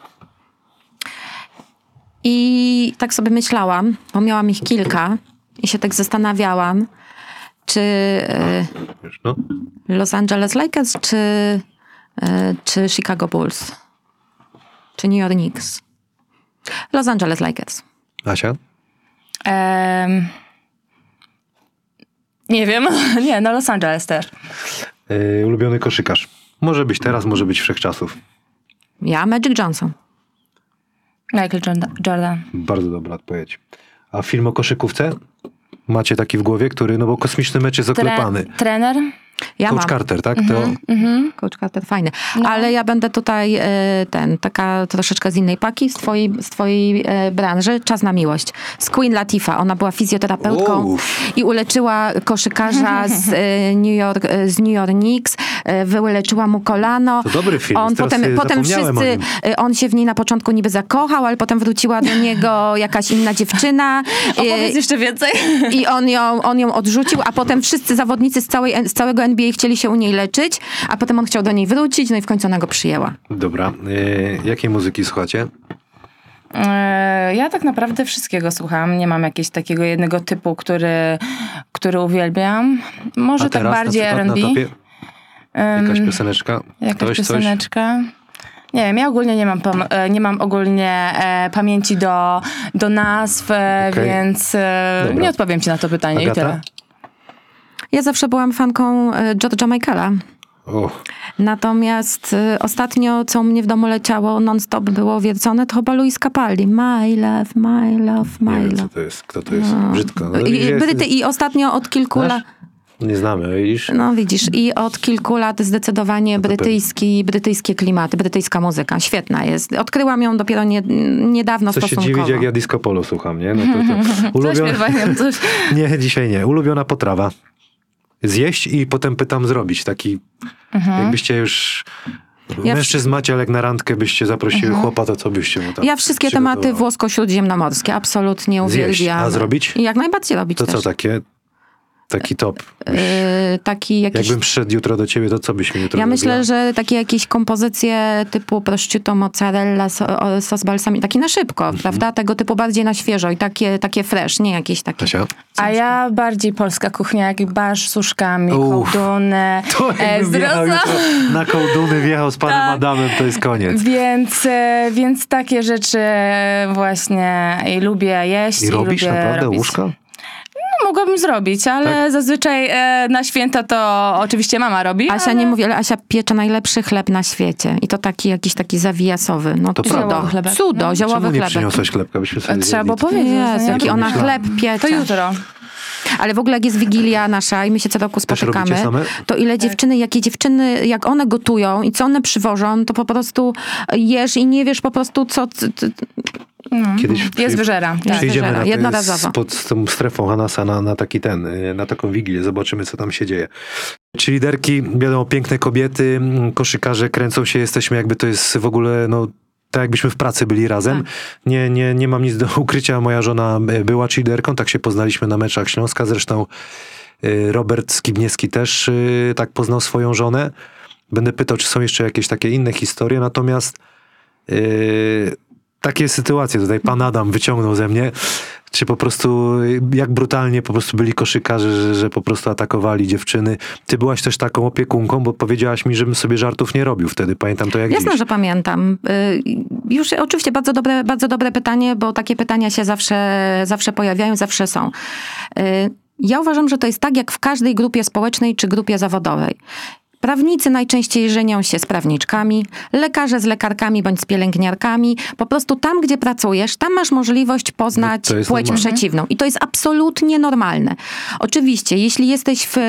I tak sobie myślałam, bo miałam ich kilka i się tak zastanawiałam, czy e, Wiesz, no. Los Angeles Lakers, czy, e, czy Chicago Bulls, czy New York Knicks. Los Angeles Lakers. Asia? Em, nie wiem, nie, no Los Angeles też. Eee, ulubiony koszykarz. Może być teraz, może być wszechczasów. Ja Magic Johnson. Michael Jordan. Jordan. Bardzo dobra odpowiedź. A film o koszykówce? Macie taki w głowie, który, no bo kosmiczny mecz jest oklepany. Tre- trener? Ja Coach mam. Carter, tak? To Coach Carter, fajny. Ale ja będę tutaj e, ten, taka troszeczkę z innej paki, z twojej, z twojej e, branży. Czas na miłość. Z Queen Latifah. Ona była fizjoterapeutką Uff. i uleczyła koszykarza z, e, New York, e, z New York Knicks. E, wyleczyła mu kolano. To dobry film. On Teraz potem, sobie potem zapomniałem o wszyscy, nim. e, on się w niej na początku niby zakochał, ale potem wróciła do niego jakaś inna dziewczyna. E, Opowiedz jeszcze więcej. I on ją, on ją odrzucił, a potem wszyscy zawodnicy z, całej, z całego N B A chcieli się u niej leczyć, a potem on chciał do niej wrócić, no i w końcu ona go przyjęła. Dobra. Eee, jakiej muzyki słuchacie? E, Ja tak naprawdę wszystkiego słucham. Nie mam jakiegoś takiego jednego typu, który, który uwielbiam. Może A tak teraz bardziej na R przykład and B. na topie? Jakaś pioseneczka? Jakaś Ktoś, coś? pioseneczka. Nie wiem, ja ogólnie nie mam, pam- e, nie mam ogólnie e, pamięci do, do nazw, e, Okej. więc e, Dobra. nie odpowiem ci na to pytanie Agata? i tyle. Ja zawsze byłam fanką e, George'a Michaela. O, Natomiast e, ostatnio, co u mnie w domu leciało non-stop było wiercone, to chyba Luis Capaldi. My love, my love, nie my wiem, co love. to jest. Kto to jest? Brzydko. No, I, jest- Bryty, I ostatnio od kilku Znasz? lat... Nie znamy, widzisz? No widzisz, i od kilku lat zdecydowanie brytyjski, brytyjskie klimaty, brytyjska muzyka. Świetna jest. Odkryłam ją dopiero nie, niedawno Co się stosunkowo. dziwić, jak ja disco polo słucham, nie? No to, to. Ulubiona... Zaśpiewaj coś. Nie, dzisiaj nie. Ulubiona potrawa. Zjeść i potem pytam zrobić. Taki, jakbyście już... Ja Mężczyzn macie, ale jak na randkę byście zaprosiły chłopa, to co byście mu tam Ja wszystkie tematy przygotowały? włosko-śródziemnomorskie absolutnie Zjeść, uwielbiam. a zrobić? I jak najbardziej robić To też. co takie? Taki top. Yy, taki jakiś... Jakbym przyszedł jutro do ciebie, to co byś mi jutro Ja myślę, zrobiła? że takie jakieś kompozycje typu prosciutto, mozzarella, so, o, sos balsamic, taki na szybko, Mhm. prawda? Tego typu bardziej na świeżo i takie, takie fresh, nie jakieś takie... Kasia? A ja bardziej polska kuchnia, jak barsz z uszkami, Uff. kołduny, To e, jakbym z wjechał rozo- jutro na kołduny, wjechał z panem Tak. Adamem, to jest koniec. Więc, e, więc takie rzeczy właśnie i lubię jeść. I robisz lubię naprawdę robić. łóżka? No, mogłabym zrobić, ale Tak? zazwyczaj e, na święta to oczywiście mama robi. Asia ale... nie mówi, ale Asia piecze najlepszy chleb na świecie. I to taki jakiś taki zawijasowy. No To cudo, prawda. Chlebek. cudo, No. ziołowy Czemu nie chlebek. przyniosłeś chlebka, byśmy sobie Trzeba było zjedli? powiedzieć. Jezu, nie? jaki ona pomyślałam. chleb piecze. To jutro. Ale w ogóle jak jest Wigilia nasza i my się co roku Też spotykamy, robicie same? to ile dziewczyny, jakie dziewczyny, jak one gotują i co one przywożą, to po prostu jesz i nie wiesz po prostu co... c- c- Kiedyś Jest przy- wyżera. Tak. przyjdziemy wyżera, na jednorazowo. pod z tą strefą Hanasa na, na taki ten, y, na taką wigilię. Zobaczymy, co tam się dzieje. Czy liderki, wiadomo, piękne kobiety, mm, koszykarze kręcą się, jesteśmy jakby to jest w ogóle, no, tak jakbyśmy w pracy byli razem. Tak. Nie, nie, nie mam nic do ukrycia. Moja żona y, była cheerleaderką, tak się poznaliśmy na meczach Śląska. Zresztą y, Robert Skibniewski też y, tak poznał swoją żonę. Będę pytał, czy są jeszcze jakieś takie inne historie, natomiast y, takie sytuacje tutaj pan Adam wyciągnął ze mnie, czy po prostu, jak brutalnie po prostu byli koszykarze, że, że po prostu atakowali dziewczyny. Ty byłaś też taką opiekunką, bo powiedziałaś mi, żebym sobie żartów nie robił wtedy. Pamiętam to jak Jasne, dziś. że pamiętam. Y, Już oczywiście bardzo dobre, bardzo dobre pytanie, bo takie pytania się zawsze, zawsze pojawiają, zawsze są. Y, Ja uważam, że to jest tak jak w każdej grupie społecznej czy grupie zawodowej. Prawnicy najczęściej żenią się z prawniczkami, lekarze z lekarkami bądź z pielęgniarkami. Po prostu tam, gdzie pracujesz, tam masz możliwość poznać No to jest płeć normalne. przeciwną. I to jest absolutnie normalne. Oczywiście, jeśli jesteś w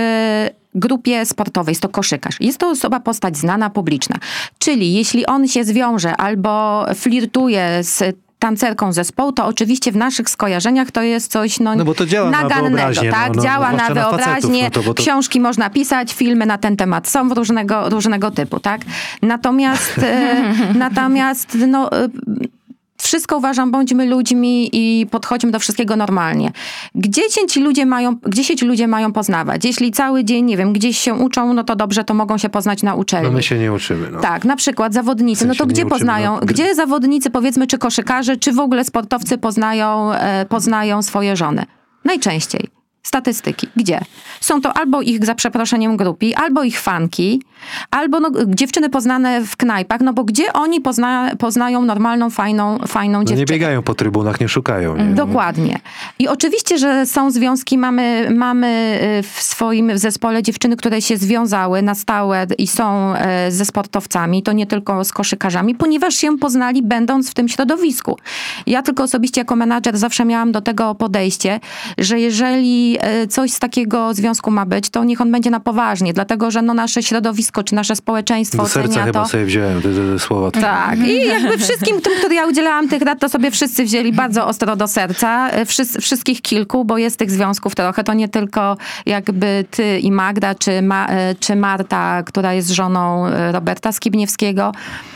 grupie sportowej, jest to koszykarz. Jest to osoba, postać znana, publiczna. Czyli jeśli on się zwiąże albo flirtuje z tancerką zespołu, to oczywiście w naszych skojarzeniach to jest coś no, No bo to działa na nagannego, wyobraźnię, tak? no, no, działa na zwłaszcza na facetów, wyobraźnię, no to- bo to- książki można pisać, filmy na ten temat są różnego, różnego typu, tak? Natomiast, e, natomiast no, e, wszystko uważam, bądźmy ludźmi i podchodźmy do wszystkiego normalnie. Gdzie się ci ludzie mają, gdzie się ci ludzie mają poznawać? Jeśli cały dzień, nie wiem, gdzieś się uczą, no to dobrze, to mogą się poznać na uczelni. No my się nie uczymy. No. Tak, na przykład zawodnicy. W No sensie to nie gdzie uczymy, poznają, no. gdzie zawodnicy, powiedzmy, czy koszykarze, czy w ogóle sportowcy poznają, e, poznają swoje żony? Najczęściej. Statystyki. Gdzie? Są to albo ich, za przeproszeniem, grupi, albo ich fanki, albo no, dziewczyny poznane w knajpach, no bo gdzie oni pozna, poznają normalną, fajną, fajną No nie dziewczynę? biegają po trybunach, nie szukają. Nie? Dokładnie. I oczywiście, że są związki, mamy, mamy y, w swoim zespole dziewczyny, które się związały na stałe i są e, ze sportowcami, to nie tylko z koszykarzami, ponieważ się poznali będąc w tym środowisku. Ja tylko osobiście jako menadżer zawsze miałam do tego podejście, że jeżeli e, coś z takiego związku ma być, to niech on będzie na poważnie, dlatego, że no nasze środowisko, czy nasze społeczeństwo Do serca ocenia chyba to... sobie wziąłem te, te, te słowa. Tak. I jakby wszystkim tym, którym ja udzielałam tych rad, to sobie wszyscy wzięli bardzo ostro do serca. Wszys- wszystkich kilku, bo jest tych związków trochę. To nie tylko jakby ty i Magda, czy, Ma- czy Marta, która jest żoną Roberta Skibniewskiego,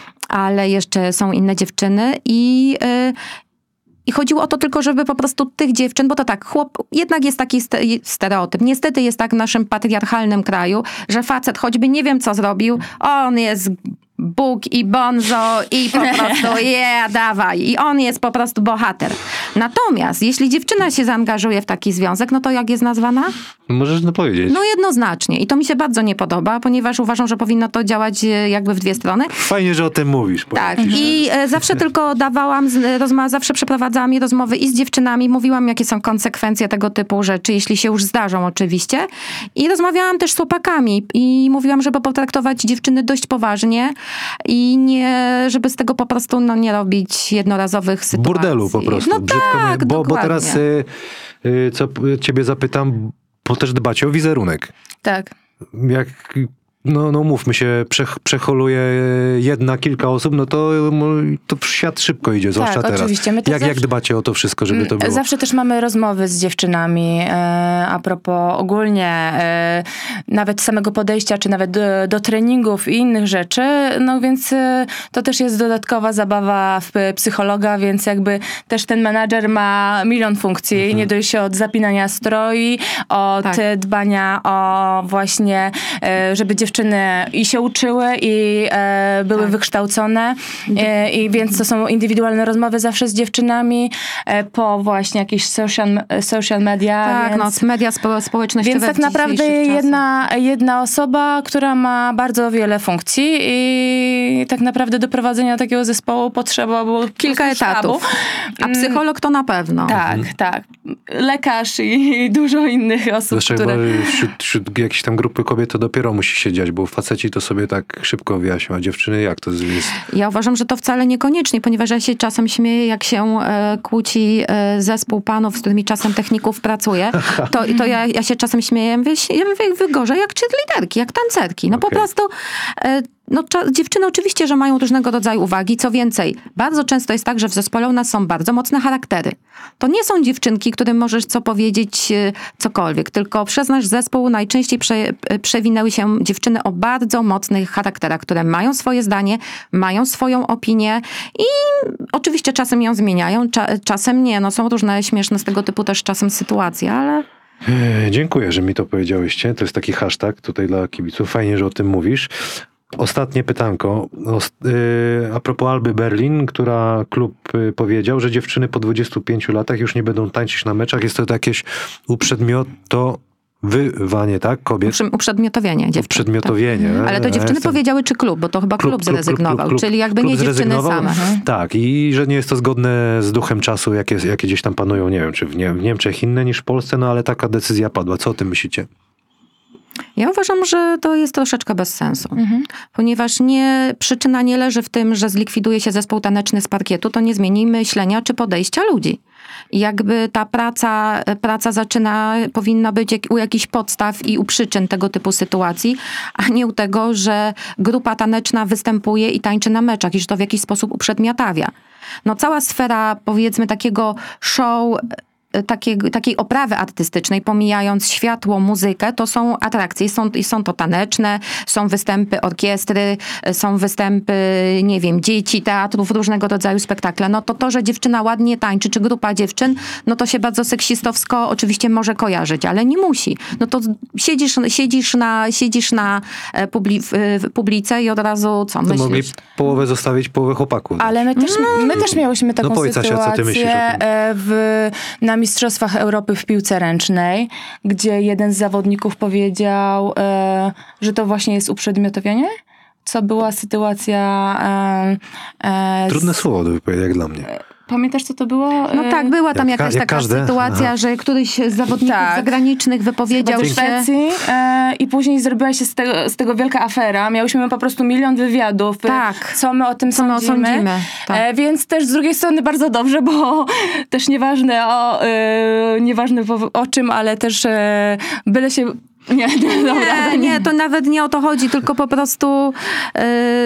ale jeszcze są inne dziewczyny i... y, I chodziło o to tylko, żeby po prostu tych dziewczyn, bo to tak, chłop, jednak jest taki ste- stereotyp. Niestety jest tak w naszym patriarchalnym kraju, że facet choćby nie wiem co zrobił, on jest Bóg i bonzo i po prostu yeah, dawaj. I on jest po prostu bohater. Natomiast jeśli dziewczyna się zaangażuje w taki związek, no to jak jest nazwana? Możesz no powiedzieć. No jednoznacznie. I to mi się bardzo nie podoba, ponieważ uważam, że powinno to działać e, jakby w dwie strony. Fajnie, że o tym mówisz. powiem Tak. ci szczerze. I e, zawsze tylko dawałam, z- rozma- zawsze przeprowadzałam je rozmowy i z dziewczynami, mówiłam, jakie są konsekwencje tego typu rzeczy, jeśli się już zdarzą oczywiście. I rozmawiałam też z chłopakami i mówiłam, żeby potraktować dziewczyny dość poważnie i nie, żeby z tego po prostu no, nie robić jednorazowych sytuacji. Burdelu po prostu. No Brzydko tak, mówię, bo, bo dokładnie. teraz y, y, co p- ciebie zapytam, bo też dbacie o wizerunek. Tak. Jak, no, no mówmy się, przech, przeholuje jedna, kilka osób, no to, to świat szybko idzie, zwłaszcza teraz. oczywiście. My też Jak, jak zawsze- dbacie o to wszystko, żeby to było? Zawsze też mamy rozmowy z dziewczynami e, a propos ogólnie e, nawet samego podejścia, czy nawet do, do treningów i innych rzeczy, no więc e, to też jest dodatkowa zabawa w p- psychologa, więc jakby też ten menadżer ma milion funkcji, Mhm. nie dość się od zapinania stroi, od Tak. e, dbania o właśnie, e, żeby dziewczyny i się uczyły i e, były Tak. wykształcone e, i więc to są indywidualne rozmowy zawsze z dziewczynami e, po właśnie jakieś social, social media. Tak, więc, no, media spo- społecznościowe więc tak w naprawdę dzisiejszych czasach. jedna, jedna osoba, która ma bardzo wiele funkcji i tak naprawdę do prowadzenia takiego zespołu potrzeba było Kilka po prostu sztabu. etatów. A Mm, psycholog to na pewno. Tak, tak. Lekarz i dużo innych osób, Zresztą które... bo wśród, wśród jakiejś tam grupy kobiet to dopiero musi się dziać, bo faceci to sobie tak szybko wyjaśnią, a dziewczyny jak to jest? Ja uważam, że to wcale niekoniecznie, ponieważ ja się czasem śmieję, jak się e, kłóci e, zespół panów, z którymi czasem techników pracuję, to, to ja, ja się czasem śmieję, ja mówię, ja mówię wy gorzej jak cheerleaderki, jak tancerki. No po Okej. prostu e, no, cza- dziewczyny oczywiście, że mają różnego rodzaju uwagi. Co więcej, bardzo często jest tak, że w zespole u nas są bardzo mocne charaktery. To nie są dziewczynki, którym możesz co powiedzieć e, cokolwiek, tylko przez nasz zespół najczęściej prze, e, przewinęły się dziewczyny o bardzo mocnych charakterach, które mają swoje zdanie, mają swoją opinię i oczywiście czasem ją zmieniają, cza- czasem nie. No, są różne śmieszne z tego typu też czasem sytuacje, ale... E, Dziękuję, że mi to powiedziałyście. To jest taki hashtag tutaj dla kibiców. Fajnie, że o tym mówisz. Ostatnie pytanko. Ost- y, a propos Alby Berlin, która klub y, powiedział, że dziewczyny po dwudziestu pięciu latach już nie będą tańczyć na meczach. Jest to jakieś uprzedmiotowywanie, tak? Kobiet. Uprzed- Uprzedmiotowienie dziewczyn. Uprzedmiotowienie. Tak. Ale to Ja dziewczyny jestem- powiedziały, czy klub, bo to chyba klub, zrezygnował, klub, czyli jakby klub nie dziewczyny zrezygnował. same. Tak, i że nie jest to zgodne z duchem czasu, jakie, jakie gdzieś tam panują, nie wiem, czy w, nie, w Niemczech inne niż w Polsce, no ale taka decyzja padła. Co o tym myślicie? Ja uważam, że to jest troszeczkę bez sensu, ponieważ nie, przyczyna nie leży w tym, że zlikwiduje się zespół taneczny z parkietu, to nie zmieni myślenia czy podejścia ludzi. I jakby ta praca, praca zaczyna, powinna być jak, u jakichś podstaw i u przyczyn tego typu sytuacji, a nie u tego, że grupa taneczna występuje i tańczy na meczach i że to w jakiś sposób uprzedmiotawia. No cała sfera, powiedzmy, takiego show, Takiej, takiej oprawy artystycznej, pomijając światło, muzykę, to są atrakcje. Są, są to taneczne, są występy orkiestry, są występy, nie wiem, dzieci, teatrów, różnego rodzaju spektakle. No to to, że dziewczyna ładnie tańczy, czy grupa dziewczyn, no to się bardzo seksistowsko oczywiście może kojarzyć, ale nie musi. No to siedzisz, siedzisz na, siedzisz na publi, w publice i od razu co To myślisz? mogli połowę zostawić, połowę chłopaków. Ale my też, my też miałyśmy taką No powiedz, Asia, co ty sytuację myślisz o tym? e, w, na Mistrzostwach Europy w piłce ręcznej, gdzie jeden z zawodników powiedział, e, że to właśnie jest uprzedmiotowienie. Co była sytuacja... E, e, Trudne z, słowo do wypowiedzi, jak dla mnie. Pamiętasz, co to było? No E, tak, była tam Jak ka- jakaś jak taka każde? sytuacja, Aha. że któryś z zawodników Tak. zagranicznych wypowiedział ze się... Szwecji e, i później zrobiła się z tego, z tego wielka afera. Miałyśmy po prostu milion wywiadów. e, Tak. Co my o tym Co my o sądzimy. sądzimy, tak. E, więc też z drugiej strony bardzo dobrze, bo też nieważne o, e, nieważne po, o czym, ale też e, byle się... Nie, nie, dobra. Nie, nie, to nawet nie o to chodzi, tylko po prostu yy,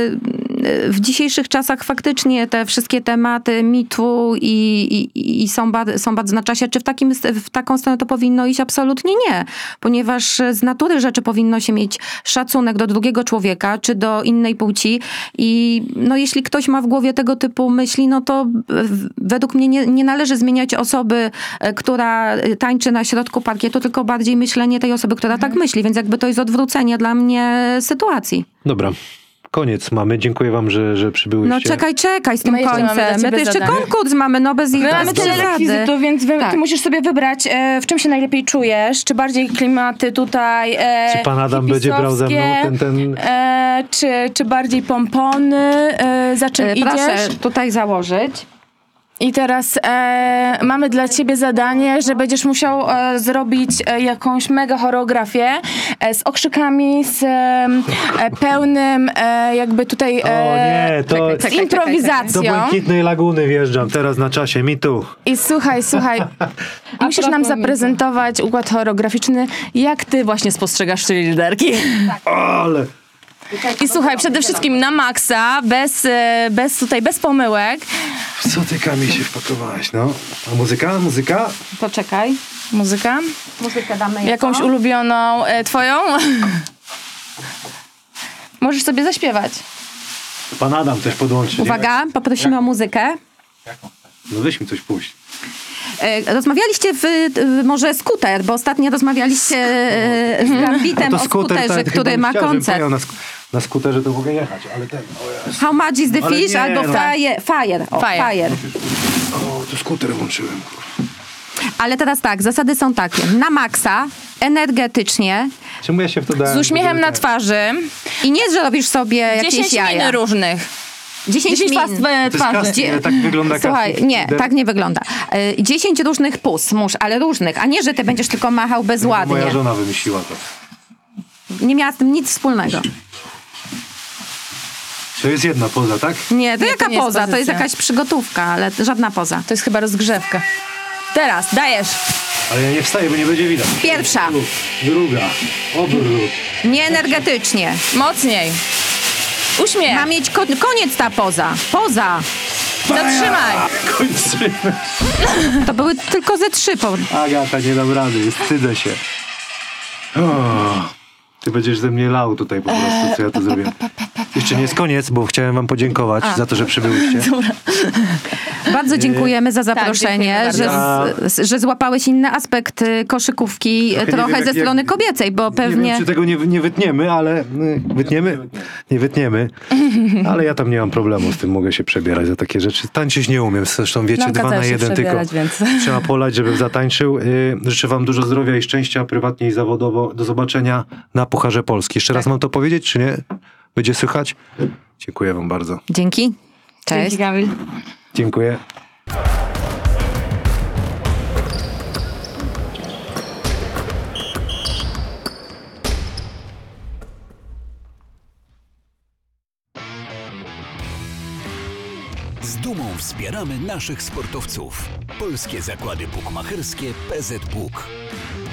w dzisiejszych czasach faktycznie te wszystkie tematy mitu i, i, i są, ba, są bardzo na czasie. Czy w, takim, w taką stronę to powinno iść? Absolutnie nie. Ponieważ z natury rzeczy powinno się mieć szacunek do drugiego człowieka, czy do innej płci i no, jeśli ktoś ma w głowie tego typu myśli, no to w, według mnie nie, nie należy zmieniać osoby, e, która tańczy na środku parkietu, tylko bardziej myślenie tej osoby, która tak myśli, więc jakby to jest odwrócenie dla mnie sytuacji. Dobra, koniec mamy. Dziękuję wam, że, że przybyłyście. No czekaj, czekaj z tym My jeszcze mamy dla końcem. My ciebie to jeszcze zadanie. konkurs mamy, no bez ich My bez mamy tyle przesady. rekwizytów, więc wy, Tak. ty musisz sobie wybrać, e, w czym się najlepiej czujesz. Czy bardziej klimaty tutaj e, Czy pan Adam będzie brał ze mną ten... ten... E, czy, czy bardziej pompony? E, za czym E, idziesz? Proszę tutaj założyć. I teraz e, mamy dla ciebie zadanie, że będziesz musiał e, zrobić e, jakąś mega choreografię e, z okrzykami, z e, e, pełnym e, jakby tutaj e, O nie, to... czekaj, z czekaj, improwizacją. Do Błękitnej Laguny wjeżdżam, teraz na czasie, mi tu. I słuchaj, słuchaj, musisz nam zaprezentować układ choreograficzny, jak ty właśnie spostrzegasz czyli liderki. Ale... I słuchaj, przede wszystkim na maksa, bez, e, bez tutaj, bez pomyłek. Co ty, Kamil, się wpakowałaś, no? A muzyka? Muzyka? Poczekaj. Muzyka? Muzykę damy Jakąś jako. ulubioną e, twoją? Możesz sobie zaśpiewać. Pan Adam też podłączy. nie? Uwaga, poprosimy o muzykę. No weź mi coś puść. E, Rozmawialiście w, w może skuter, bo ostatnio rozmawialiście e, z Gambitem o skuterze, tak, który chyba ma chciał, żebym koncert. pojechał Na, sk- na skuterze to mogę jechać, ale ten... O Jezu. How much is the Ale fish? nie, Albo no. fire. Fire. O, Fire. fire. O, to skuter włączyłem. Ale teraz tak, zasady są takie. Na maksa, energetycznie Czemu ja się w to dałem? Z uśmiechem na twarzy. i nie, że robisz sobie jakieś dziesięć jaja. min różnych. dziesięć dziesięć min. pas e, To jest twarzy. casting, ale tak wygląda Słuchaj, casting. nie, tak nie wygląda. Y, dziesięć różnych pus, mórz, ale różnych, a nie, że ty będziesz tylko machał bezładnie. Moja żona wymyśliła to. Nie miała z tym nic wspólnego. To jest jedna poza, tak? Nie, to Nie, to jaka nie jest poza? To jest pozycja. jakaś przygotówka, ale żadna poza. To jest chyba rozgrzewka. Teraz, dajesz. Ale ja nie wstaję, bo nie będzie widać. Pierwsza. Druga. Obrót. Nieenergetycznie. Mocniej. Uśmiech. Ma mieć ko- koniec ta poza. Poza. Zatrzymaj. Kończymy. To były tylko ze trzy. Po... Agata, nie dam rady, wstydzę się. O, ty będziesz ze mnie lał tutaj po prostu, co ja tu zrobię. Jeszcze nie jest koniec, bo chciałem wam podziękować za to, że przybyłyście. Bardzo dziękujemy za zaproszenie, dziękujemy że, bardzo. z, że złapałeś inny aspekt y, koszykówki Trochę trochę, nie wiem, ze jak- strony jak- kobiecej, bo Nie pewnie... wiem, czy tego nie, nie wytniemy, ale... y, Wytniemy? Nie wytniemy. Ale ja tam nie mam problemu z tym, mogę się przebierać za takie rzeczy. Tańczyć nie umiem, zresztą wiecie, No, dwa kazałeś na się jeden tylko. przebierać, więc- Trzeba polać, żebym zatańczył. Y, Życzę wam dużo zdrowia i szczęścia, prywatnie i zawodowo. Do zobaczenia na Pucharze Polski. Jeszcze raz mam to powiedzieć, czy nie? Będzie słychać? Dziękuję wam bardzo. Dzięki. Cześć. Dzięki, Kamil. Dziękuję. Z dumą wspieramy naszych sportowców. Polskie Zakłady Bukmacherskie P Z Buk.